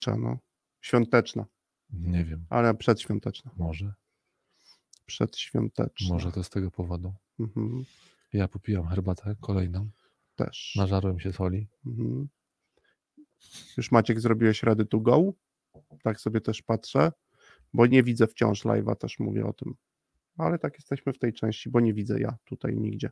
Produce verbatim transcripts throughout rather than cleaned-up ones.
no. Świąteczna. Nie wiem. Ale przedświąteczna. Może. Przedświąteczna. Może to z tego powodu. Mhm. Ja popijam herbatę kolejną. Też. Nażarłem się soli. Mhm. Już Maciek zrobiłeś ready to go? Tak sobie też patrzę, bo nie widzę wciąż live'a, też mówię o tym. Ale tak jesteśmy w tej części, bo nie widzę ja tutaj nigdzie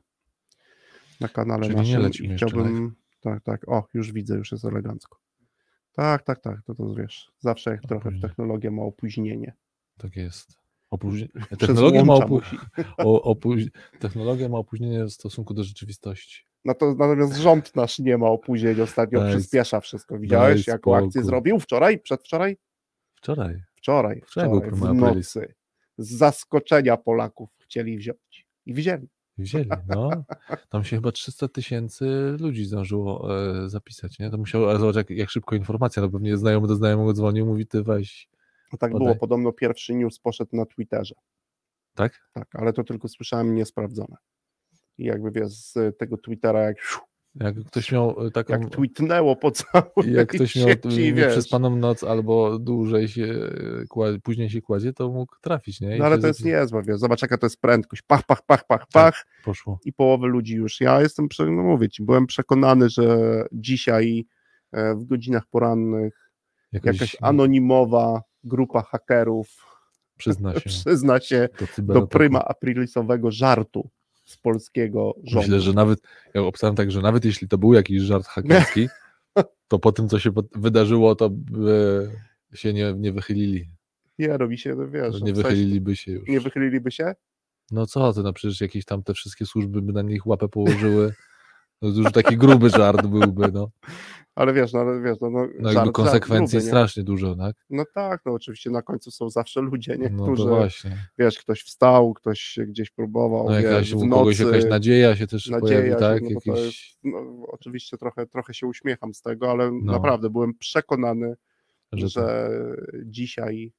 na kanale Czyli naszym nie lecimy i jeszcze chciałbym, live? tak, tak, o, już widzę, już jest elegancko. Tak, tak, tak, to to wiesz, zawsze jak trochę w Opóźnienie. technologię ma opóźnienie. Tak jest. Opóźnienie. Przez Technologia ma, łącza opó... musi. o, opóź... Technologia ma opóźnienie w stosunku do rzeczywistości. No to natomiast rząd nasz nie ma opóźnień ostatnio, Daj przyspiesza wszystko. Widziałeś, daj jaką akcję spokój. zrobił wczoraj, przedwczoraj? Wczoraj. Wczoraj, Wczoraj był wczoraj, prima w aprilis. nocy. Z zaskoczenia Polaków chcieli wziąć. I wzięli. Wzięli, no. Tam się chyba trzysta tysięcy ludzi zdążyło e, zapisać, nie? To musiało, ale zobacz, jak, jak szybko informacja, no pewnie znajomy do znajomego dzwonił, mówi, ty weź. No tak podaj. było, podobno pierwszy news poszedł na Twitterze. Tak? Tak, ale to tylko słyszałem niesprawdzone. I jakby wiesz, z tego Twittera jak, Jak ktoś miał e, taką... jak tweetnęło po całej Jak ktoś miał sieci, wiesz. przespaną noc albo dłużej się e, kładzie, później się kładzie, to mógł trafić, nie? I No ale się to jest zapis- niezłe, wiesz, zobacz jaka to jest prędkość. Pach, pach, pach, pach, pach. Poszło. I połowy ludzi już. Ja jestem, prze- no mówię ci, byłem przekonany, że dzisiaj e, w godzinach porannych Jakoś jakaś anonimowa grupa hakerów przyzna się przyzna się do do cyberataku. pryma aprilisowego żartu z polskiego rządu. Myślę, że nawet, ja obstawiam tak, że nawet jeśli to był jakiś żart hakerski, to po tym, co się pod- wydarzyło, to by się nie, nie wychylili. Nie, robi się, no wiesz, Nie w sensie- wychyliliby się już. nie wychyliliby się? No co ty, no przecież jakieś tam te wszystkie służby by na nich łapę położyły. No to już taki gruby żart byłby, no. Ale wiesz, no, ale wiesz, no, no, No żart, jakby konsekwencji żart gruby, nie? strasznie dużo, tak? No tak, no oczywiście na końcu są zawsze ludzie, nie? No Którzy, to właśnie. wiesz, ktoś wstał, ktoś się gdzieś próbował, No jakaś, wiesz, w u kogoś nocy, jakaś nadzieja się też nadzieja pojawi, się, tak? no bo to Jakiś... jest, no, oczywiście trochę, trochę się uśmiecham z tego, ale No. naprawdę byłem przekonany, Że że, to- dzisiaj,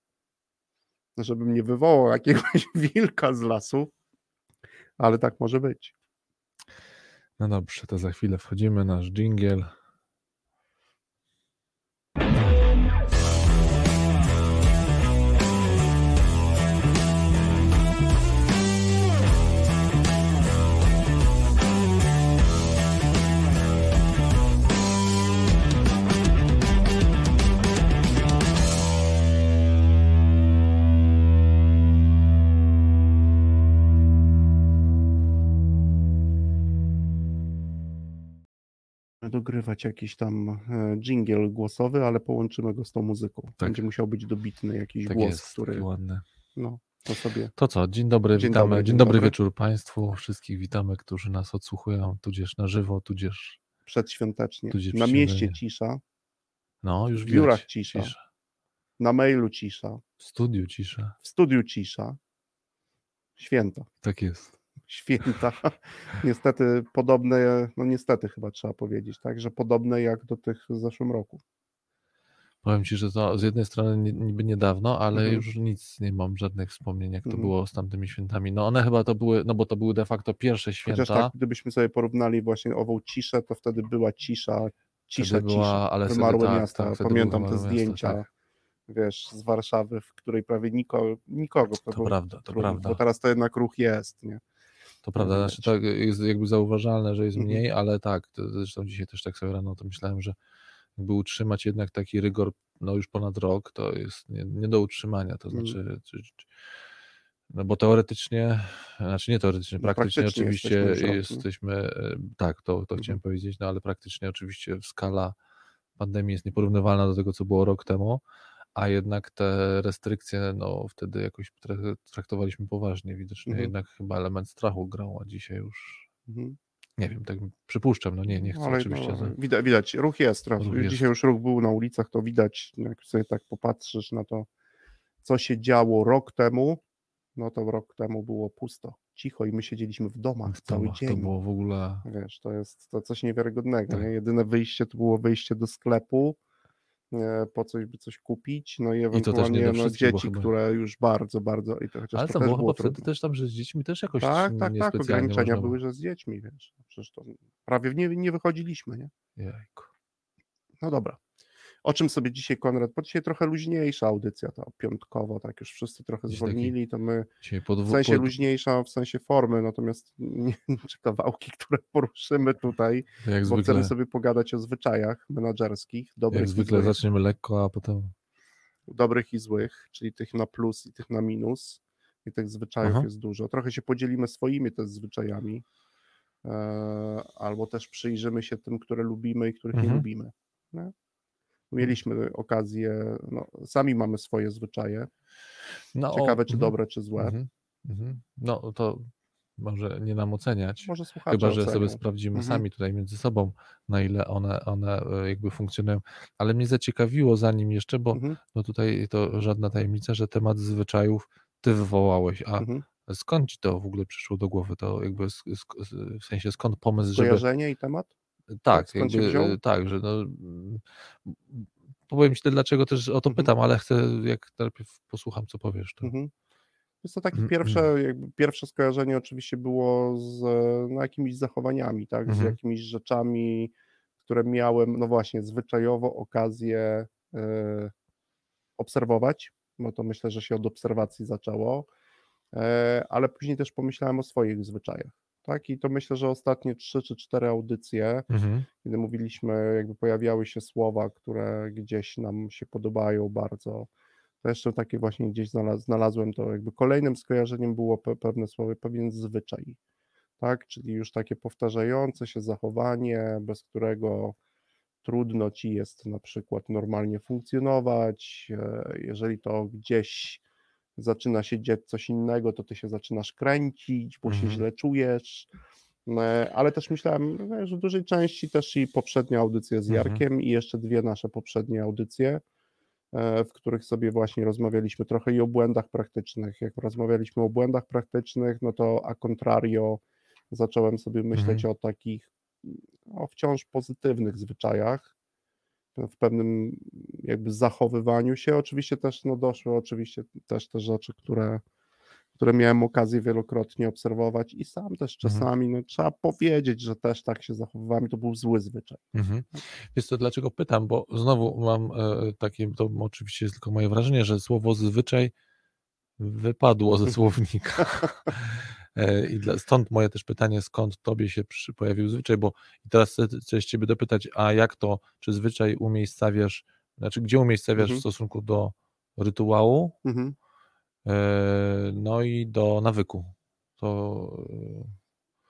żebym nie wywołał jakiegoś wilka z lasu, ale tak może być. No dobrze, to za chwilę wchodzimy, nasz dżingiel. Dogrywać jakiś tam e, dżingiel głosowy, ale połączymy go z tą muzyką. Tak. Będzie musiał być dobitny jakiś Tak głos, jest, który, taki ładny. no, to sobie... To co, dzień dobry, Dzień witamy. dobry, dzień dzień dobry, dobry. wieczór Państwu. Wszystkich witamy, którzy nas odsłuchują, tudzież na żywo, tudzież... Przedświątecznie. Tudzież Na przysięganie. mieście cisza, No, już w widać. biurach cisza, na mailu cisza, W studiu cisza. w studiu cisza. Święta. Tak jest. Święta. Niestety podobne, no niestety chyba trzeba powiedzieć, tak, że podobne jak do tych w zeszłym roku. Powiem Ci, że to z jednej strony ni- niby niedawno, ale Mhm. już nic nie mam, żadnych wspomnień, jak to Mhm. było z tamtymi świętami. No one chyba to były, no bo to były de facto pierwsze święta. Chociaż tak, gdybyśmy sobie porównali właśnie ową ciszę, to wtedy była cisza, cisza, Wtedy była, cisza. ale wtedy Wymarłe tak, miasta. tak, wtedy Pamiętam były te wymarłe miasta, zdjęcia, tak. wiesz, z Warszawy, w której prawie nikogo, nikogo To było prawda, to ruch, prawda. bo teraz to jednak ruch jest, nie? To prawda, widać. znaczy tak jest jakby zauważalne, że jest Mhm. mniej, ale tak, to, zresztą dzisiaj też tak sobie rano to myślałem, że jakby utrzymać jednak taki rygor no już ponad rok, to jest nie, nie do utrzymania, to Mhm. znaczy czy, czy, no bo teoretycznie, znaczy nie teoretycznie, No praktycznie, praktycznie oczywiście jesteśmy już rok, nie? jesteśmy, e, tak, to, to Mhm. chciałem powiedzieć, no ale praktycznie oczywiście skala pandemii jest nieporównywalna do tego, co było rok temu, a jednak te restrykcje, no wtedy jakoś tra- traktowaliśmy poważnie, widocznie Mhm. jednak chyba element strachu grał, a dzisiaj już Mhm. nie wiem, tak przypuszczam, no nie, nie chcę Ale oczywiście. no, Za... widać, widać, ruch jest. Ruch Ruch jest. Dzisiaj już ruch był na ulicach, to widać, jak sobie tak popatrzysz na to, co się działo rok temu, no to rok temu było pusto, cicho i my siedzieliśmy w domach w cały domach dzień. to było w ogóle... Wiesz, to jest to coś niewiarygodnego. Tak. Nie? Jedyne wyjście to było wyjście do sklepu, e, po coś, by coś kupić, no i to też nie ewentualnie do no, wszystkich, bo dzieci, chyba- które już bardzo, bardzo, i to, chociaż Ale to tam też było było chyba wtedy trudno. też tam, że z dziećmi też jakoś Tak, tak, tak, niespecjalnie ograniczenia można było. były, że z dziećmi, wiesz, przecież to prawie nie, nie wychodziliśmy, nie? Jejku. No dobra. O czym sobie dzisiaj, Konrad, bo dzisiaj trochę luźniejsza audycja, ta piątkowo, tak już wszyscy trochę Dzisiaj taki, zwolnili, to my dzisiaj w podwo, sensie pod, luźniejsza, w sensie formy, natomiast nie czy kawałki, które poruszymy tutaj, jak bo chcemy zwykle, sobie pogadać o zwyczajach menadżerskich, jak dobrych i zwykle złych, zaczniemy lekko, a potem... dobrych i złych, czyli tych na plus i tych na minus. I tych zwyczajów Aha. jest dużo. Trochę się podzielimy swoimi też zwyczajami, e, albo też przyjrzymy się tym, które lubimy i których nie Mhm. lubimy. Nie? Mieliśmy okazję, no, sami mamy swoje zwyczaje. No, Ciekawe, o, czy mhm, dobre, czy złe. mhm, mhm. No to może nie nam oceniać, Może słuchacze chyba że sobie ocenią. sprawdzimy Mhm. sami tutaj między sobą, na ile one, one e, jakby funkcjonują. Ale mnie zaciekawiło zanim jeszcze, bo Mhm. no tutaj to żadna tajemnica, że temat zwyczajów ty wywołałeś, a Mhm. skąd ci to w ogóle przyszło do głowy? To jakby sk- sk- w sensie skąd pomysł, żeby... Skojarzenie i temat? Tak, Skąd się jakby wziął? e, tak, że no mm, powiem ci dlaczego też o to Mhm. pytam, ale chcę, jak najpierw posłucham, co powiesz, to... Mhm. Jest to takie pierwsze, jakby pierwsze skojarzenie oczywiście było z no, jakimiś zachowaniami, tak, z Mhm. jakimiś rzeczami, które miałem, no właśnie, zwyczajowo okazję y, obserwować, no to myślę, że się od obserwacji zaczęło, e, ale później też pomyślałem o swoich zwyczajach, tak, i to myślę, że ostatnie trzy czy cztery audycje, Mhm. kiedy mówiliśmy, jakby pojawiały się słowa, które gdzieś nam się podobają bardzo, to jeszcze takie właśnie gdzieś znalazłem, to jakby kolejnym skojarzeniem było pe pewne słowo, pewien zwyczaj, tak, czyli już takie powtarzające się zachowanie, bez którego trudno ci jest na przykład normalnie funkcjonować, e, jeżeli to gdzieś zaczyna się dziać coś innego, to ty się zaczynasz kręcić, bo się Mhm. źle czujesz, e, ale też myślałem, no, że w dużej części też i poprzednia audycja z Mhm. Jarkiem i jeszcze dwie nasze poprzednie audycje, e, w których sobie właśnie rozmawialiśmy trochę i o błędach praktycznych. Jak rozmawialiśmy o błędach praktycznych, no to a contrario zacząłem sobie myśleć Mhm. o takich o wciąż pozytywnych zwyczajach, w pewnym jakby zachowywaniu się. Oczywiście też no, doszły oczywiście też te rzeczy, które, które miałem okazję wielokrotnie obserwować i sam też Mhm. czasami, no trzeba powiedzieć, że też tak się zachowywałem i to był zły zwyczaj. Mhm. Wiesz co, dlaczego pytam, bo znowu mam e, takie, to oczywiście jest tylko moje wrażenie, że słowo zwyczaj wypadło ze słownika. E, I dla, stąd moje też pytanie, skąd tobie się przy, pojawił zwyczaj, bo i teraz chcę, chcę ciebie dopytać, a jak to, czy zwyczaj umiejscawiasz, znaczy gdzie umiejscawiasz w Mhm, stosunku do rytuału, mhm. e, no i do nawyku. To... e,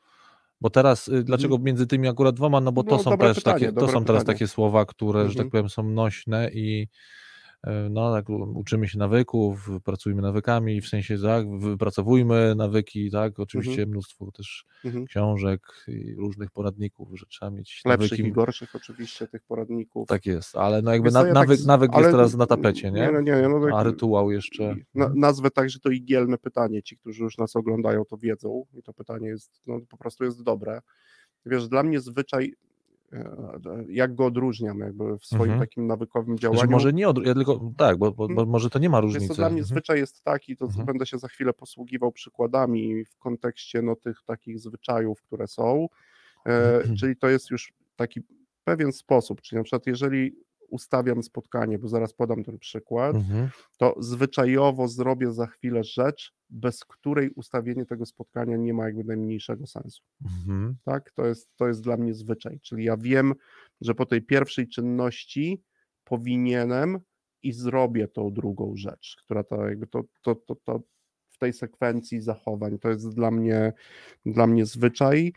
Bo teraz, y, Mhm. dlaczego między tymi akurat dwoma, no bo to No, są dobre też pytanie, takie, to dobre są teraz pytanie. takie słowa, które, że tak Mhm, powiem, są nośne i y, no tak u- uczymy się nawyków, pracujmy nawykami, w sensie tak, wypracowujmy nawyki, tak, mhm, oczywiście mnóstwo też mhm. książek i różnych poradników, że trzeba mieć Lepszych i nawyki, gorszych oczywiście tych poradników. tak jest, ale no jakby Wiesz co, na, ja tak, nawyk, z, nawyk jest ale teraz na tapecie, nie, nie? no nie, no tak, A rytuał jeszcze. i- na, Mhm. nazwę tak, że to igielne pytanie, ci, którzy już nas oglądają, to wiedzą i to pytanie jest, no po prostu jest dobre. Wiesz, dla mnie zwyczaj, e, jak go odróżniam jakby w swoim Mhm. takim nawykowym Znaczy działaniu, może nie, od, ja tylko, tak, bo, bo, hmm, bo może to nie ma jest to różnicy. dla mnie Mhm. zwyczaj jest taki, to Mhm. będę się za chwilę posługiwał przykładami w kontekście no, tych takich zwyczajów, które są, e, czyli to jest już taki pewien sposób, czyli na przykład jeżeli ustawiam spotkanie, bo zaraz podam ten przykład, Mhm. to zwyczajowo zrobię za chwilę rzecz, bez której ustawienie tego spotkania nie ma jakby najmniejszego sensu. Mhm. Tak? To jest, to jest dla mnie zwyczaj, czyli ja wiem, że po tej pierwszej czynności powinienem i zrobię tą drugą rzecz, która to jakby to, to, to, to w tej sekwencji zachowań, to jest dla mnie, dla mnie zwyczaj.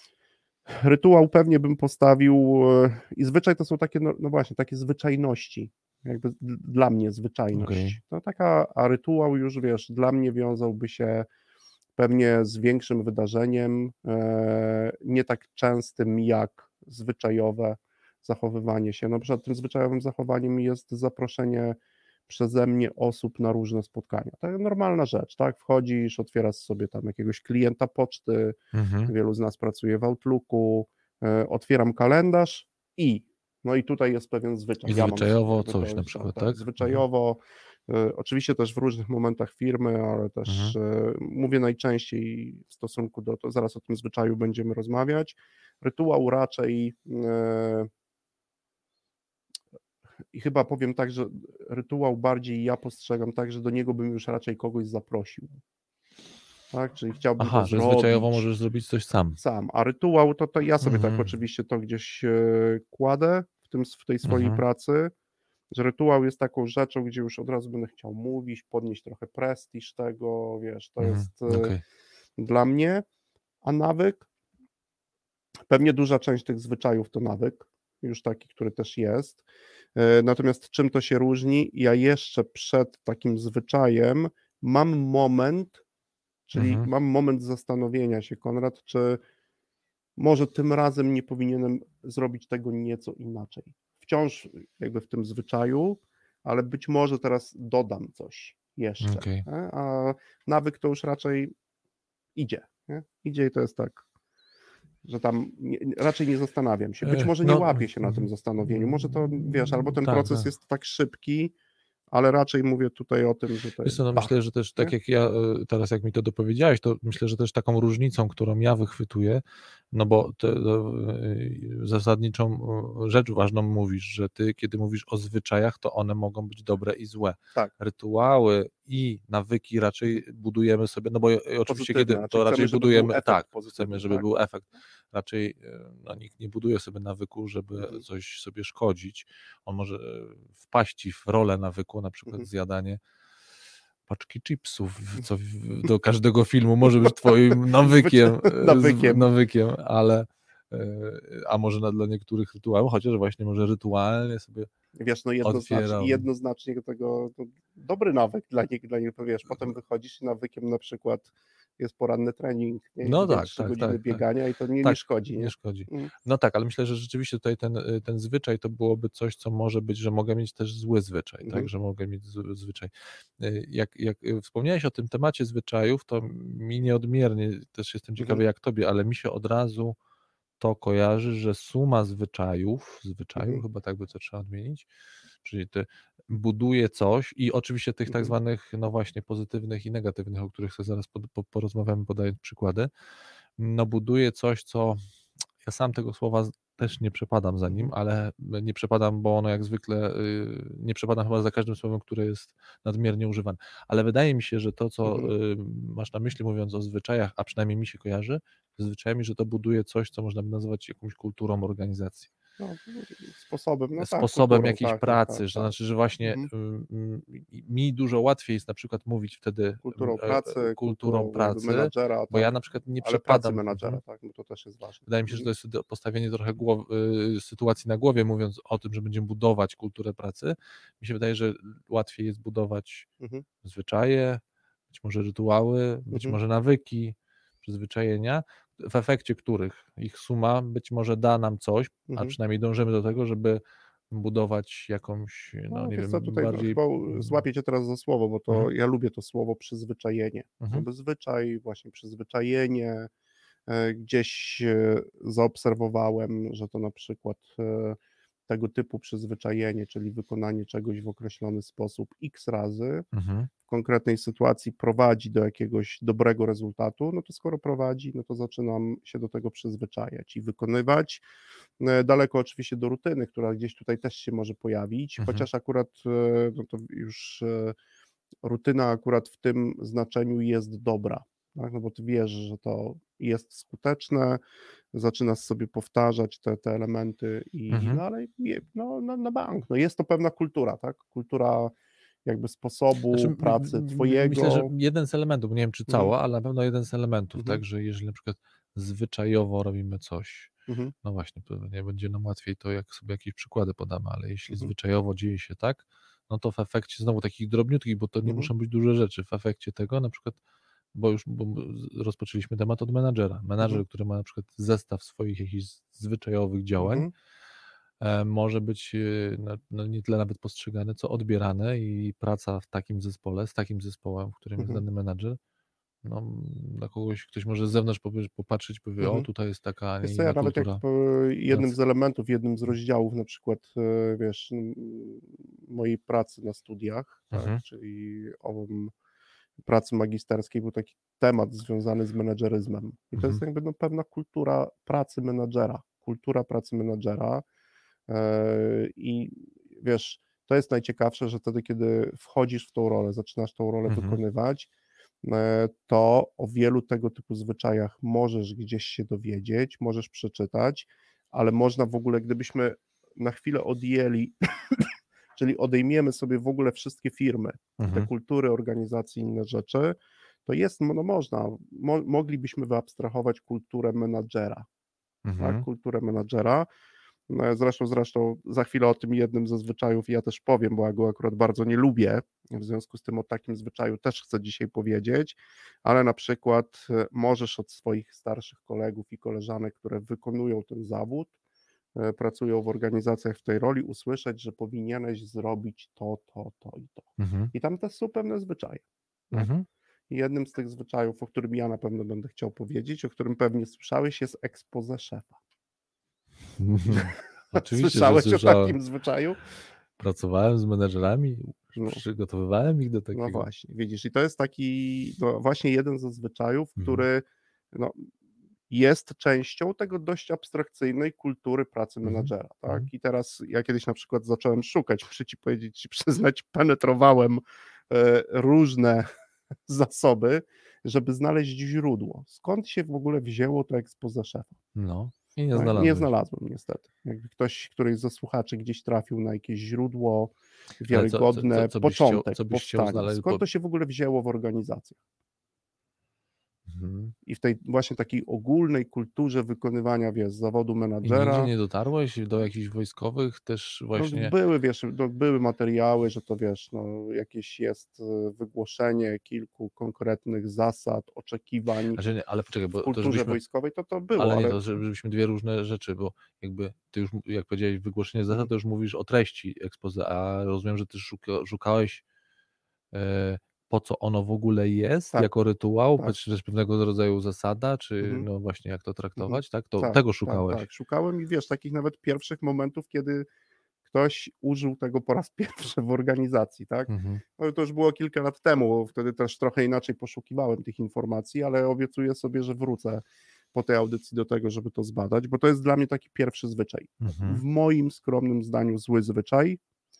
Rytuał pewnie bym postawił e, i zwyczaj to są takie, no, no właśnie, takie zwyczajności, jakby d- dla mnie Okej. zwyczajność. To taka, a rytuał już, wiesz, dla mnie wiązałby się pewnie z większym wydarzeniem, e, nie tak częstym jak zwyczajowe zachowywanie się. Na przykład tym zwyczajowym zachowaniem jest zaproszenie przeze mnie osób na różne spotkania. To jest normalna rzecz, tak? Wchodzisz, otwierasz sobie tam jakiegoś klienta poczty, Mhm. wielu z nas pracuje w Outlooku, e, otwieram kalendarz i no i tutaj jest pewien zwyczaj. I Ja mam zwyczajowo jakby coś to, na to przykład, tak, tak? Mhm. zwyczajowo, e, oczywiście też w różnych momentach firmy, ale Mhm. też e, mówię najczęściej w stosunku do, to zaraz o tym zwyczaju będziemy rozmawiać. Rytuał raczej e, i chyba powiem tak, że rytuał bardziej ja postrzegam tak, że do niego bym już raczej kogoś zaprosił. Tak, czyli chciałbym Aha, to że zwyczajowo zrobić możesz zrobić coś sam. sam, a rytuał to, to ja sobie tak Mhm. oczywiście to gdzieś e, kładę w, tym, w tej swojej Mhm. pracy, że rytuał jest taką rzeczą, gdzie już od razu będę chciał mówić, podnieść trochę prestiż tego, wiesz, to Mhm. jest e, Okej. dla mnie, a nawyk, pewnie duża część tych zwyczajów to nawyk, już taki, który też jest. E, Natomiast czym to się różni? Ja jeszcze przed takim zwyczajem mam moment, czyli Mhm. mam moment zastanowienia się, Konrad, czy może tym razem nie powinienem zrobić tego nieco inaczej. Wciąż jakby w tym zwyczaju, ale być może teraz dodam coś jeszcze. Okej. Nie? A nawyk to już raczej idzie. Nie? Idzie i to jest tak, że tam nie, raczej nie zastanawiam się. Być E, może nie No, łapię się na tym mhm. zastanowieniu. Może to, wiesz, albo ten Tak, proces tak. jest tak szybki, ale raczej mówię tutaj o tym, że to Wiesz jest co, no myślę, bach. że też Nie? tak jak ja e, teraz, jak mi to dopowiedziałeś, to myślę, że też taką różnicą, którą ja wychwytuję, no bo te, to, e, zasadniczą e, rzecz ważną mówisz, że ty, kiedy mówisz o zwyczajach, to one mogą być dobre i złe. Tak, Rytuały i nawyki raczej budujemy sobie, no bo e, oczywiście pozytywne. kiedy Znaczy to chcemy, raczej żeby był budujemy, efekt tak, pozytywny. chcemy, żeby Tak. był efekt. Raczej e, no, nikt nie buduje sobie nawyku, żeby Mhm. coś sobie szkodzić. On może e, wpaść w rolę nawyku, na przykład Mhm. zjadanie paczki chipsów, co w- do każdego filmu może być twoim nawykiem, e, z- Nawykiem. nawykiem, ale e, a może na, dla niektórych rytuałem, chociaż właśnie może rytualnie sobie Wiesz, no jednoznacznie, otwierał. jednoznacznie tego, no, dobry nawyk dla nich, dla nich, wiesz, potem wychodzisz i nawykiem na przykład jest poranny trening, nie? I No dwie, tak, trzy tak, godziny tak, tak. biegania i to nie, nie Tak, szkodzi, nie nie? szkodzi. Mm. No tak, ale myślę, że rzeczywiście tutaj ten, y, ten zwyczaj to byłoby coś, co może być, że mogę mieć też zły zwyczaj, tak, Mhm. że mogę mieć zły zwyczaj. Y, Jak, jak y, wspomniałeś o tym temacie zwyczajów, to mi nieodmiernie, też jestem ciekawy Mhm. jak tobie, ale mi się od razu to kojarzy, że suma zwyczajów, zwyczajów, Mhm. chyba tak by to trzeba odmienić, czyli ty buduje coś i oczywiście tych tak Mhm. zwanych, no właśnie, pozytywnych i negatywnych, o których sobie zaraz po, po, porozmawiamy, podając przykłady, no buduje coś, co ja sam tego słowa z- też nie przepadam za nim, Mhm. ale nie przepadam, bo ono jak zwykle, y, nie przepadam chyba za każdym słowem, które jest nadmiernie używane. Ale wydaje mi się, że to, co Mhm. y, masz na myśli, mówiąc o zwyczajach, a przynajmniej mi się kojarzy ze zwyczajami, że to buduje coś, co można by nazwać jakąś kulturą organizacji. No, sposobem, no tak, Sposobem kulturą, jakiejś tak, tak, tak, pracy, że tak. znaczy, że właśnie Mhm. mm, mm, mi dużo łatwiej jest na przykład mówić wtedy Kulturą e, e, pracy, kulturą kulturą jakby pracy, menadżera, bo ja tak, na przykład nie ale pracy przepadam. menadżera, Mhm. tak, bo to też jest ważne. Wydaje mi się, że Mhm. to jest do- postawienie trochę głow, y, sytuacji na głowie, mówiąc o tym, że będziemy budować kulturę pracy. Mi się wydaje, że łatwiej jest budować Mhm. zwyczaje, być może rytuały, być Mhm. może nawyki, przyzwyczajenia, w efekcie których ich suma być może da nam coś, a Mhm. przynajmniej dążymy do tego, żeby budować jakąś, no No nie wiesz co, wiem, tutaj bardziej. chyba złapię cię teraz za słowo, bo to Mhm, ja lubię to słowo przyzwyczajenie. mhm, Jakby zwyczaj, właśnie przyzwyczajenie. E, Gdzieś e, zaobserwowałem, że to na przykład e, tego typu przyzwyczajenie, czyli wykonanie czegoś w określony sposób x razy mhm, w konkretnej sytuacji prowadzi do jakiegoś dobrego rezultatu, no to skoro prowadzi, no to zaczynam się do tego przyzwyczajać i wykonywać. E, Daleko oczywiście do rutyny, która gdzieś tutaj też się może pojawić, mhm, chociaż akurat e, no to już e, rutyna akurat w tym znaczeniu jest dobra, tak? No bo ty wiesz, że to jest skuteczne, zaczynasz sobie powtarzać te, te elementy i mhm. no ale je, no, na, na bank, no jest to pewna kultura, tak? Kultura jakby Znaczy, sposobu m- pracy m- myślę, że twojego. jeden z elementów, nie wiem czy Mhm, cała, ale na pewno jeden z elementów, mhm, tak, że jeżeli na przykład zwyczajowo robimy coś, mhm, no właśnie, pewnie będzie nam łatwiej to, jak sobie jakieś przykłady podamy, ale jeśli mhm, zwyczajowo dzieje się tak, no to w efekcie znowu takich drobniutkich, bo to nie mhm, muszą być duże rzeczy, w efekcie tego na przykład, bo już bo z- rozpoczęliśmy temat od menadżera. mhm, Menadżer, który ma na przykład zestaw swoich jakichś zwyczajowych działań, mhm, e, może być e, no, no nie tyle nawet postrzegane, co odbierane i praca w takim zespole, z takim zespołem, w którym jest mhm, dany menadżer, no, dla kogoś, ktoś może z zewnątrz powie- popatrzeć, powie, o mhm. tutaj jest taka, a Wiesz nie co, ja inna nawet jak kultura po jednym pracy. z elementów, jednym z rozdziałów na przykład, e, wiesz, m, mojej pracy na studiach, tak, Mhm, czyli owym pracy magisterskiej był taki temat związany z menedżeryzmem. I to jest mhm, jakby no, pewna kultura pracy menadżera, kultura pracy menadżera. e, I wiesz, to jest najciekawsze, że wtedy, kiedy wchodzisz w tą rolę, zaczynasz tą rolę Mhm. wykonywać, e, to o wielu tego typu zwyczajach możesz gdzieś się dowiedzieć, możesz przeczytać, ale można w ogóle, gdybyśmy na chwilę odjęli, czyli odejmiemy sobie w ogóle wszystkie firmy, te Mhm. kultury, organizacje, inne rzeczy, to jest, no można, mo, moglibyśmy wyabstrahować kulturę menadżera, tak, Mhm. kulturę menadżera. No, Zresztą, zresztą za chwilę o tym jednym ze zwyczajów ja też powiem, bo ja go akurat bardzo nie lubię, w związku z tym o takim zwyczaju też chcę dzisiaj powiedzieć, ale na przykład e, możesz od swoich starszych kolegów i koleżanek, które wykonują ten zawód, e, pracują w organizacjach w tej roli, usłyszeć, że powinieneś zrobić to, to, to i to. Mhm. I tam też są pewne zwyczaje. Tak? Mhm. I jednym z tych zwyczajów, o którym ja na pewno będę chciał powiedzieć, o którym pewnie słyszałeś, jest expose szefa. Mhm. Oczywiście, że Słyszałeś o słyszałem. takim zwyczaju? Pracowałem z menedżerami, No, przygotowywałem ich do no takiego. właśnie, widzisz, i to jest taki, no właśnie jeden ze zwyczajów, Mhm. który no, jest częścią tego dość abstrakcyjnej kultury pracy Mhm. menadżera, tak? Mhm. I teraz ja kiedyś na przykład zacząłem szukać, muszę ci powiedzieć, ci przyznać, penetrowałem e, różne zasoby, żeby znaleźć źródło. Skąd się w ogóle wzięło to expose szefa? No i nie Tak? Nie znalazłeś. znalazłem niestety. Jakby ktoś, któryś ze słuchaczy gdzieś trafił na jakieś źródło Ale co, co, co, wiarygodne, co byś chciał, początek co byś chciał powstania. znaleźć? Skąd Po... to się w ogóle wzięło w organizacjach? Mhm. I w tej właśnie takiej ogólnej kulturze wykonywania, wiesz, zawodu I nigdzie menadżera, nie dotarłeś do jakichś wojskowych też no właśnie. były, wiesz, no były materiały, że to wiesz, no jakieś jest e, wygłoszenie kilku konkretnych zasad, oczekiwań Znaczy nie, ale poczekaj, w bo to kulturze żebyśmy. wojskowej, to to było, Ale nie, ale to żebyśmy dwie różne rzeczy, bo jakby ty już, jak powiedziałeś, wygłoszenie zasad, Mhm. to już mówisz o treści expose, a rozumiem, że ty szuka, szukałeś e, po co ono w ogóle jest, tak, jako rytuał, tak. czy też pewnego rodzaju zasada, czy Mhm. no właśnie jak to Mhm. traktować, tak? To Tak, tego tak, szukałeś. tak. Szukałem i wiesz, takich nawet pierwszych momentów, kiedy ktoś użył tego po raz pierwszy w organizacji, tak? Mhm. No to już było kilka lat temu, wtedy też trochę inaczej poszukiwałem tych informacji, ale obiecuję sobie, że wrócę po tej audycji do tego, żeby to zbadać, bo to jest dla mnie taki pierwszy zwyczaj. Mhm. W moim skromnym zdaniu zły zwyczaj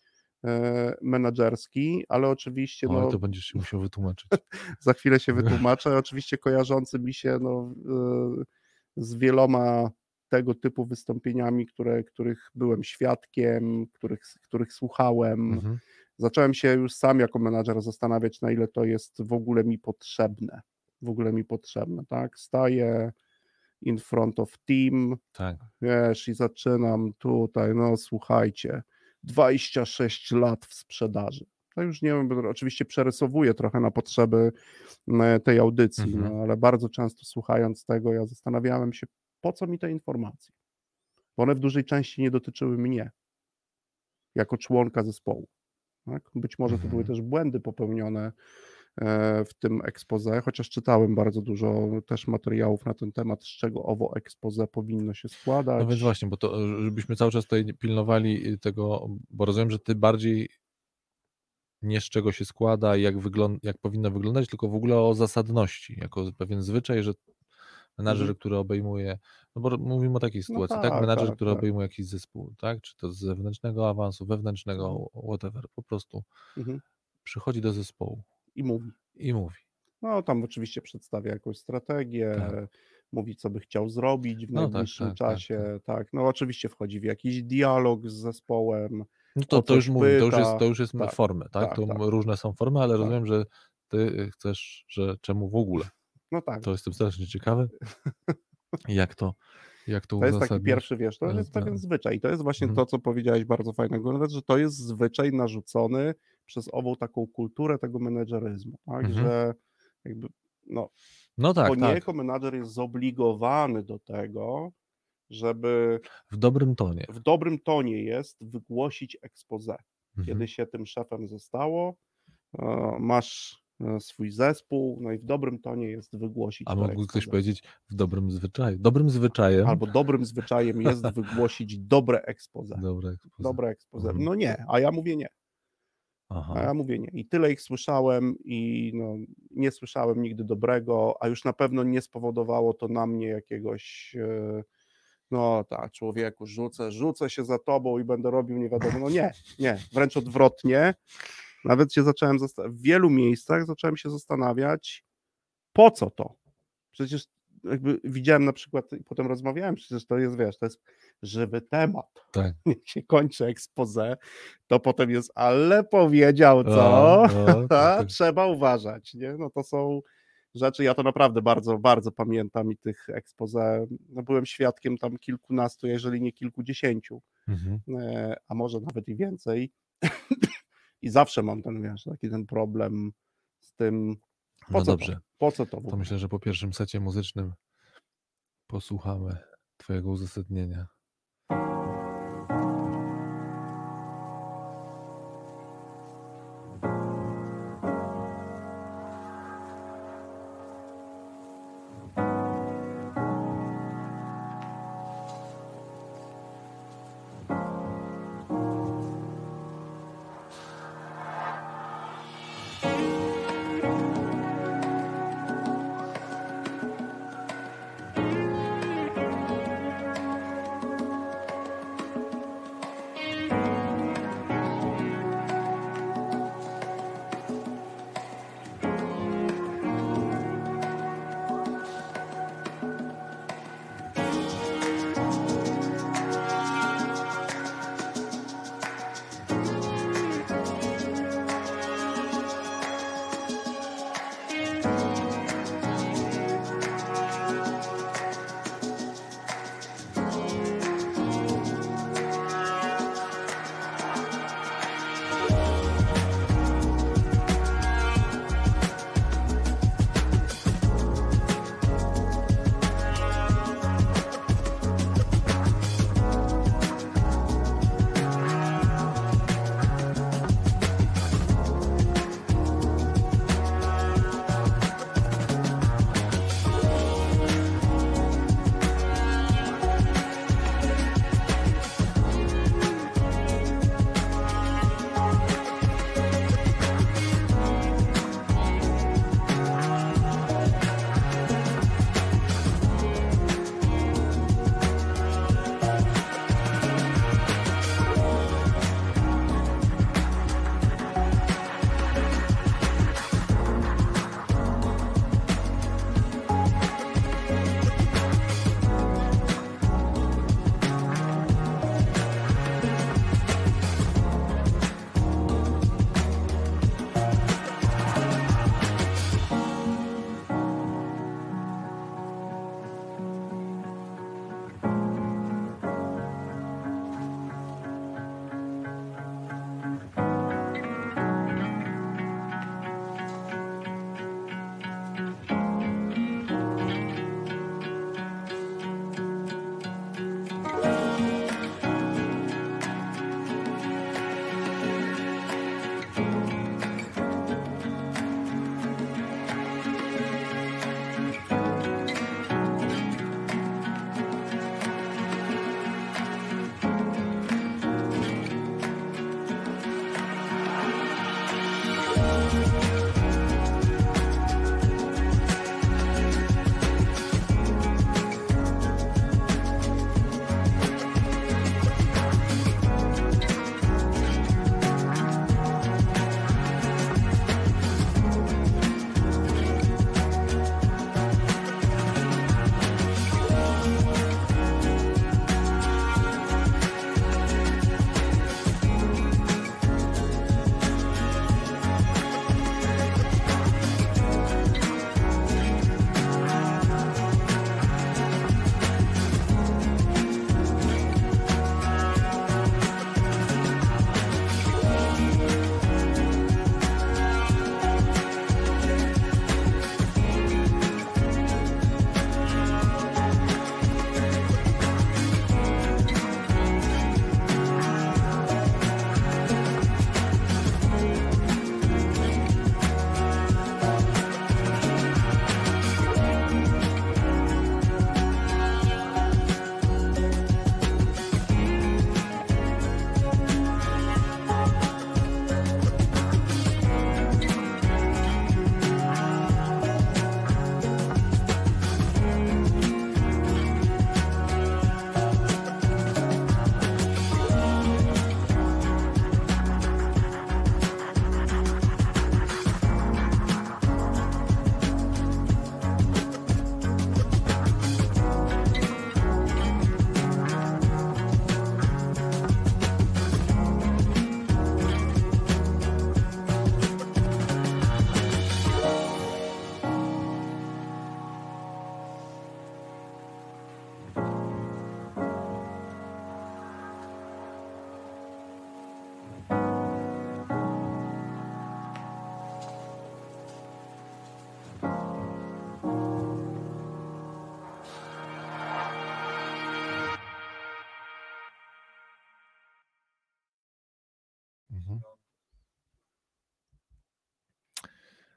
e, menedżerski, ale oczywiście Oj, no, to będziesz się musiał wytłumaczyć. za chwilę się wytłumaczę, oczywiście kojarzący mi się no, e, z wieloma tego typu wystąpieniami, które, których byłem świadkiem, których, których słuchałem. Mhm. Zacząłem się już sam jako menadżer zastanawiać, na ile to jest w ogóle mi potrzebne. W ogóle mi potrzebne, tak? Staję in front of team, Tak. wiesz, i zaczynam tutaj, no słuchajcie, dwadzieścia sześć lat w sprzedaży. To już nie wiem, bo oczywiście przerysowuję trochę na potrzeby m, tej audycji, Mhm. no ale bardzo często słuchając tego, ja zastanawiałem się, po co mi te informacje? Bo one w dużej części nie dotyczyły mnie, jako członka zespołu. Tak? Być może to były Mhm. też błędy popełnione e, w tym expose, chociaż czytałem bardzo dużo też materiałów na ten temat, z czego owo expose powinno się No składać. więc właśnie, bo to żebyśmy cały czas tutaj pilnowali tego, bo rozumiem, że ty bardziej nie z czego się składa i jak, wygląd- jak powinno wyglądać, tylko w ogóle o zasadności, jako pewien zwyczaj, że menadżer, Mhm. który obejmuje, no bo mówimy o takiej No sytuacji, tak? tak, Menadżer, tak, który tak. obejmuje jakiś zespół, tak? Czy to z zewnętrznego awansu, wewnętrznego, whatever, po prostu Mhm. przychodzi do zespołu I mówi. i mówi, No tam oczywiście przedstawia jakąś strategię, tak, mówi, co by chciał zrobić w no tak, najbliższym tak, tak, tak. czasie, tak. No oczywiście wchodzi w jakiś dialog z zespołem, No to, o to już coś mówimy, to już jest, pyta. to już jest Tak, formy, tak? tak, To tak, różne są formy, ale tak. rozumiem, że ty chcesz, że czemu w ogóle? No tak. To jestem strasznie ciekawy, jak to, jak to To jest taki uzasadniasz. pierwszy, wiesz, to e, jest pewien dla- zwyczaj. I to jest właśnie Mhm. to, co powiedziałeś bardzo fajnego, nawet, że to jest zwyczaj narzucony przez ową taką kulturę tego menedżeryzmu, tak, Mhm. że jakby, no, No tak, bo tak, niejako menadżer jest zobligowany do tego, żeby w dobrym tonie. w dobrym tonie jest wygłosić expose. Mhm. Kiedy się tym szefem zostało, e, masz e, swój zespół, no i w dobrym tonie jest wygłosić A to mógłby ktoś expose. powiedzieć w dobrym zwyczaju. Dobrym zwyczajem. Albo dobrym zwyczajem jest wygłosić dobre expose. Dobre ekspozy. Dobre expose. Mhm. No nie, a ja mówię nie. A Aha. ja mówię nie. I tyle ich słyszałem i no, nie słyszałem nigdy dobrego, a już na pewno nie spowodowało to na mnie jakiegoś, e, No tak, człowieku, rzucę, rzucę się za tobą i będę robił nie wiadomo, no nie, nie, wręcz odwrotnie. Nawet się zacząłem, zasta- w wielu miejscach zacząłem się zastanawiać, po co to? Przecież jakby widziałem na przykład, i potem rozmawiałem, przecież to jest, wiesz, to jest żywy temat. Tak. Jak się kończy expose, to potem jest, ale powiedział co, O, o, a, tak. trzeba uważać, nie? No to są rzeczy, ja to naprawdę bardzo, bardzo pamiętam i tych expose, no byłem świadkiem tam kilkunastu, jeżeli nie kilkudziesięciu, Mhm. e, a może nawet i więcej. I zawsze mam ten, wiesz, taki ten problem z tym, po No co dobrze, to? Po co to w to ogóle? myślę, że po pierwszym secie muzycznym posłuchamy twojego uzasadnienia.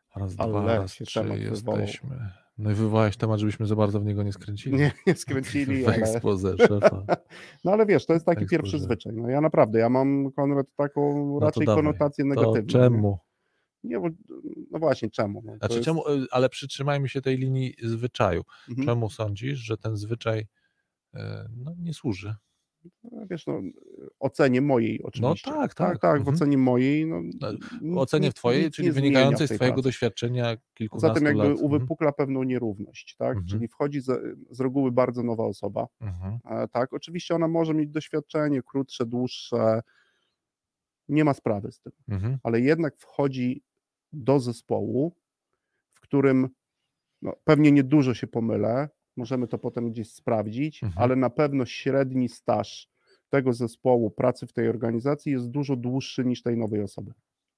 Raz, dwa, Ale raz, się trzy, temat wywołał. jesteśmy. No i wywołałeś temat, żebyśmy za bardzo w niego nie skręcili. Nie, nie skręcili, W ale... exposé szefa. No ale wiesz, to jest taki Exposé. pierwszy zwyczaj. No ja naprawdę, ja mam, Konrad, taką No to raczej dawaj. konotację To negatywną. Nie? czemu? Nie, bo, no właśnie, czemu? No, to Znaczy jest... czemu, y, ale przytrzymajmy się tej linii zwyczaju. Mhm. Czemu sądzisz, że ten zwyczaj y, no, nie służy? No, wiesz, no, ocenie mojej No oczywiście. tak, tak, tak. tak w Mhm. ocenie mojej, no, No, nic, ocenie nic, w twojej, nic czyli nie zmienia wynikającej w z tej twojego pracy. doświadczenia Poza kilkunastu tym jakby lat. Mhm. uwypukla pewną nierówność, tak? Mhm. Czyli wchodzi z, z reguły bardzo nowa osoba, Mhm. e, tak? Oczywiście ona może mieć doświadczenie krótsze, dłuższe, nie ma sprawy z tym, Mhm. ale jednak wchodzi do zespołu, w którym no, pewnie niedużo się pomylę, możemy to potem gdzieś sprawdzić, Mhm. ale na pewno średni staż tego zespołu pracy w tej organizacji jest dużo dłuższy niż tej nowej osoby.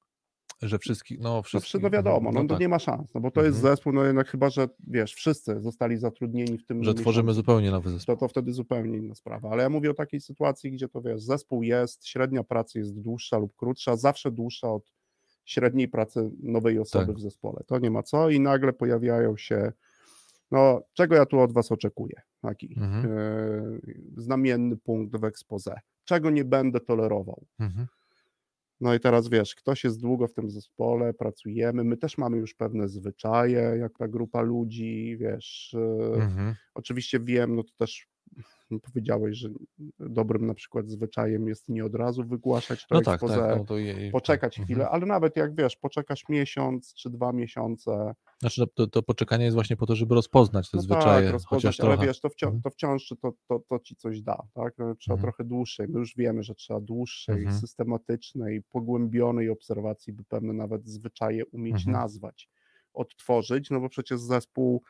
Że wszystkich, no No, wszystkich. przy, no wiadomo, Mhm. no, No to tak. nie ma szans, no bo to jest Mhm. zespół, no jednak chyba, że wiesz, wszyscy zostali zatrudnieni w tym Że tworzymy miesiącu, zupełnie nowy zespół. to, to wtedy zupełnie inna sprawa, ale ja mówię o takiej sytuacji, gdzie to wiesz, zespół jest, średnia pracy jest dłuższa lub krótsza, zawsze dłuższa od średniej pracy nowej osoby Tak. w zespole, to nie ma co i nagle pojawiają się, no czego ja tu od was oczekuję, taki Mhm. yy, znamienny punkt w exposé, czego nie będę tolerował. Mhm. No i teraz wiesz, ktoś jest długo w tym zespole, pracujemy, my też mamy już pewne zwyczaje, jak ta grupa ludzi, wiesz, yy, Mhm. oczywiście wiem, no to też powiedziałeś, że dobrym na przykład zwyczajem jest nie od razu wygłaszać to No tak, tak. exposé, No to je, poczekać tak. chwilę, Mhm. ale nawet jak wiesz, poczekasz miesiąc czy dwa miesiące, Znaczy no, to, to poczekanie jest właśnie po to, żeby rozpoznać te no tak, zwyczaje, chociaż rozpoznać, ale trochę. wiesz, to wciąż, Mhm. to, wciąż to, to, to ci coś da, tak? No, trzeba Mhm. trochę dłuższej, my już wiemy, że trzeba dłuższej, Mhm. systematycznej, pogłębionej obserwacji, by pewne nawet zwyczaje umieć Mhm. nazwać, odtworzyć, no bo przecież zespół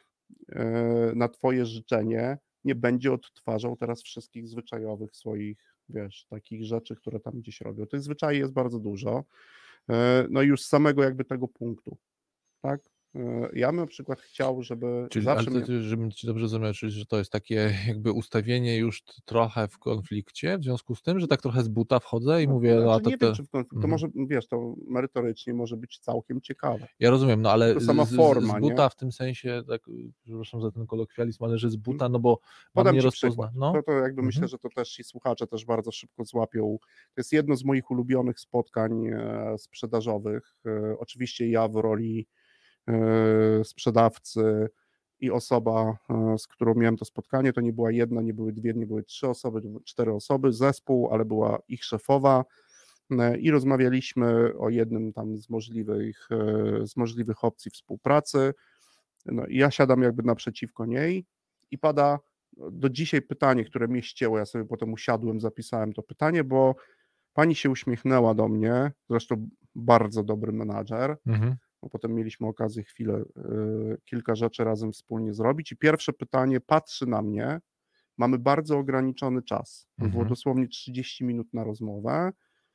e, na twoje życzenie nie będzie odtwarzał teraz wszystkich zwyczajowych swoich, wiesz, takich rzeczy, które tam gdzieś robią. Tych zwyczajów jest bardzo dużo, e, no i już z samego jakby tego punktu, tak? E, Ja bym na przykład chciał, żeby Czyli, ale zawsze to, mnie... to, żebym ci dobrze zrozumiał, czyli że to jest takie jakby ustawienie już t- trochę w konflikcie, w związku z tym, że tak trochę z buta wchodzę i No, mówię, no a znaczy to, nie wiem, to... czy w konflikt, to Mhm. może, wiesz, to merytorycznie może być całkiem ciekawe. Ja rozumiem, no ale Tylko z, sama z, z forma, nie? buta w tym sensie, tak, y, przepraszam za ten kolokwializm, ale że z Mhm. buta, no bo mam Podam nie ci rozpozna. przykład. No. To, to jakby myślę, Mhm. że to też ci słuchacze też bardzo szybko złapią. To jest jedno z moich ulubionych spotkań e, sprzedażowych. E, Oczywiście ja w roli e, sprzedawcy i osoba, e, z którą miałem to spotkanie, to nie była jedna, nie były dwie, nie były trzy osoby, to były cztery osoby, zespół, ale była ich szefowa. E, I rozmawialiśmy o jednym tam z możliwych, e, z możliwych opcji współpracy. No i ja siadam jakby naprzeciwko niej i pada do dzisiaj pytanie, które mnie ścięło. Ja sobie potem usiadłem, zapisałem to pytanie, bo pani się uśmiechnęła do mnie, zresztą bardzo dobry menadżer, Mhm. bo potem mieliśmy okazję chwilę, y, kilka rzeczy razem wspólnie zrobić i pierwsze pytanie patrzy na mnie, mamy bardzo ograniczony czas, to było Mhm. dosłownie trzydzieści minut na rozmowę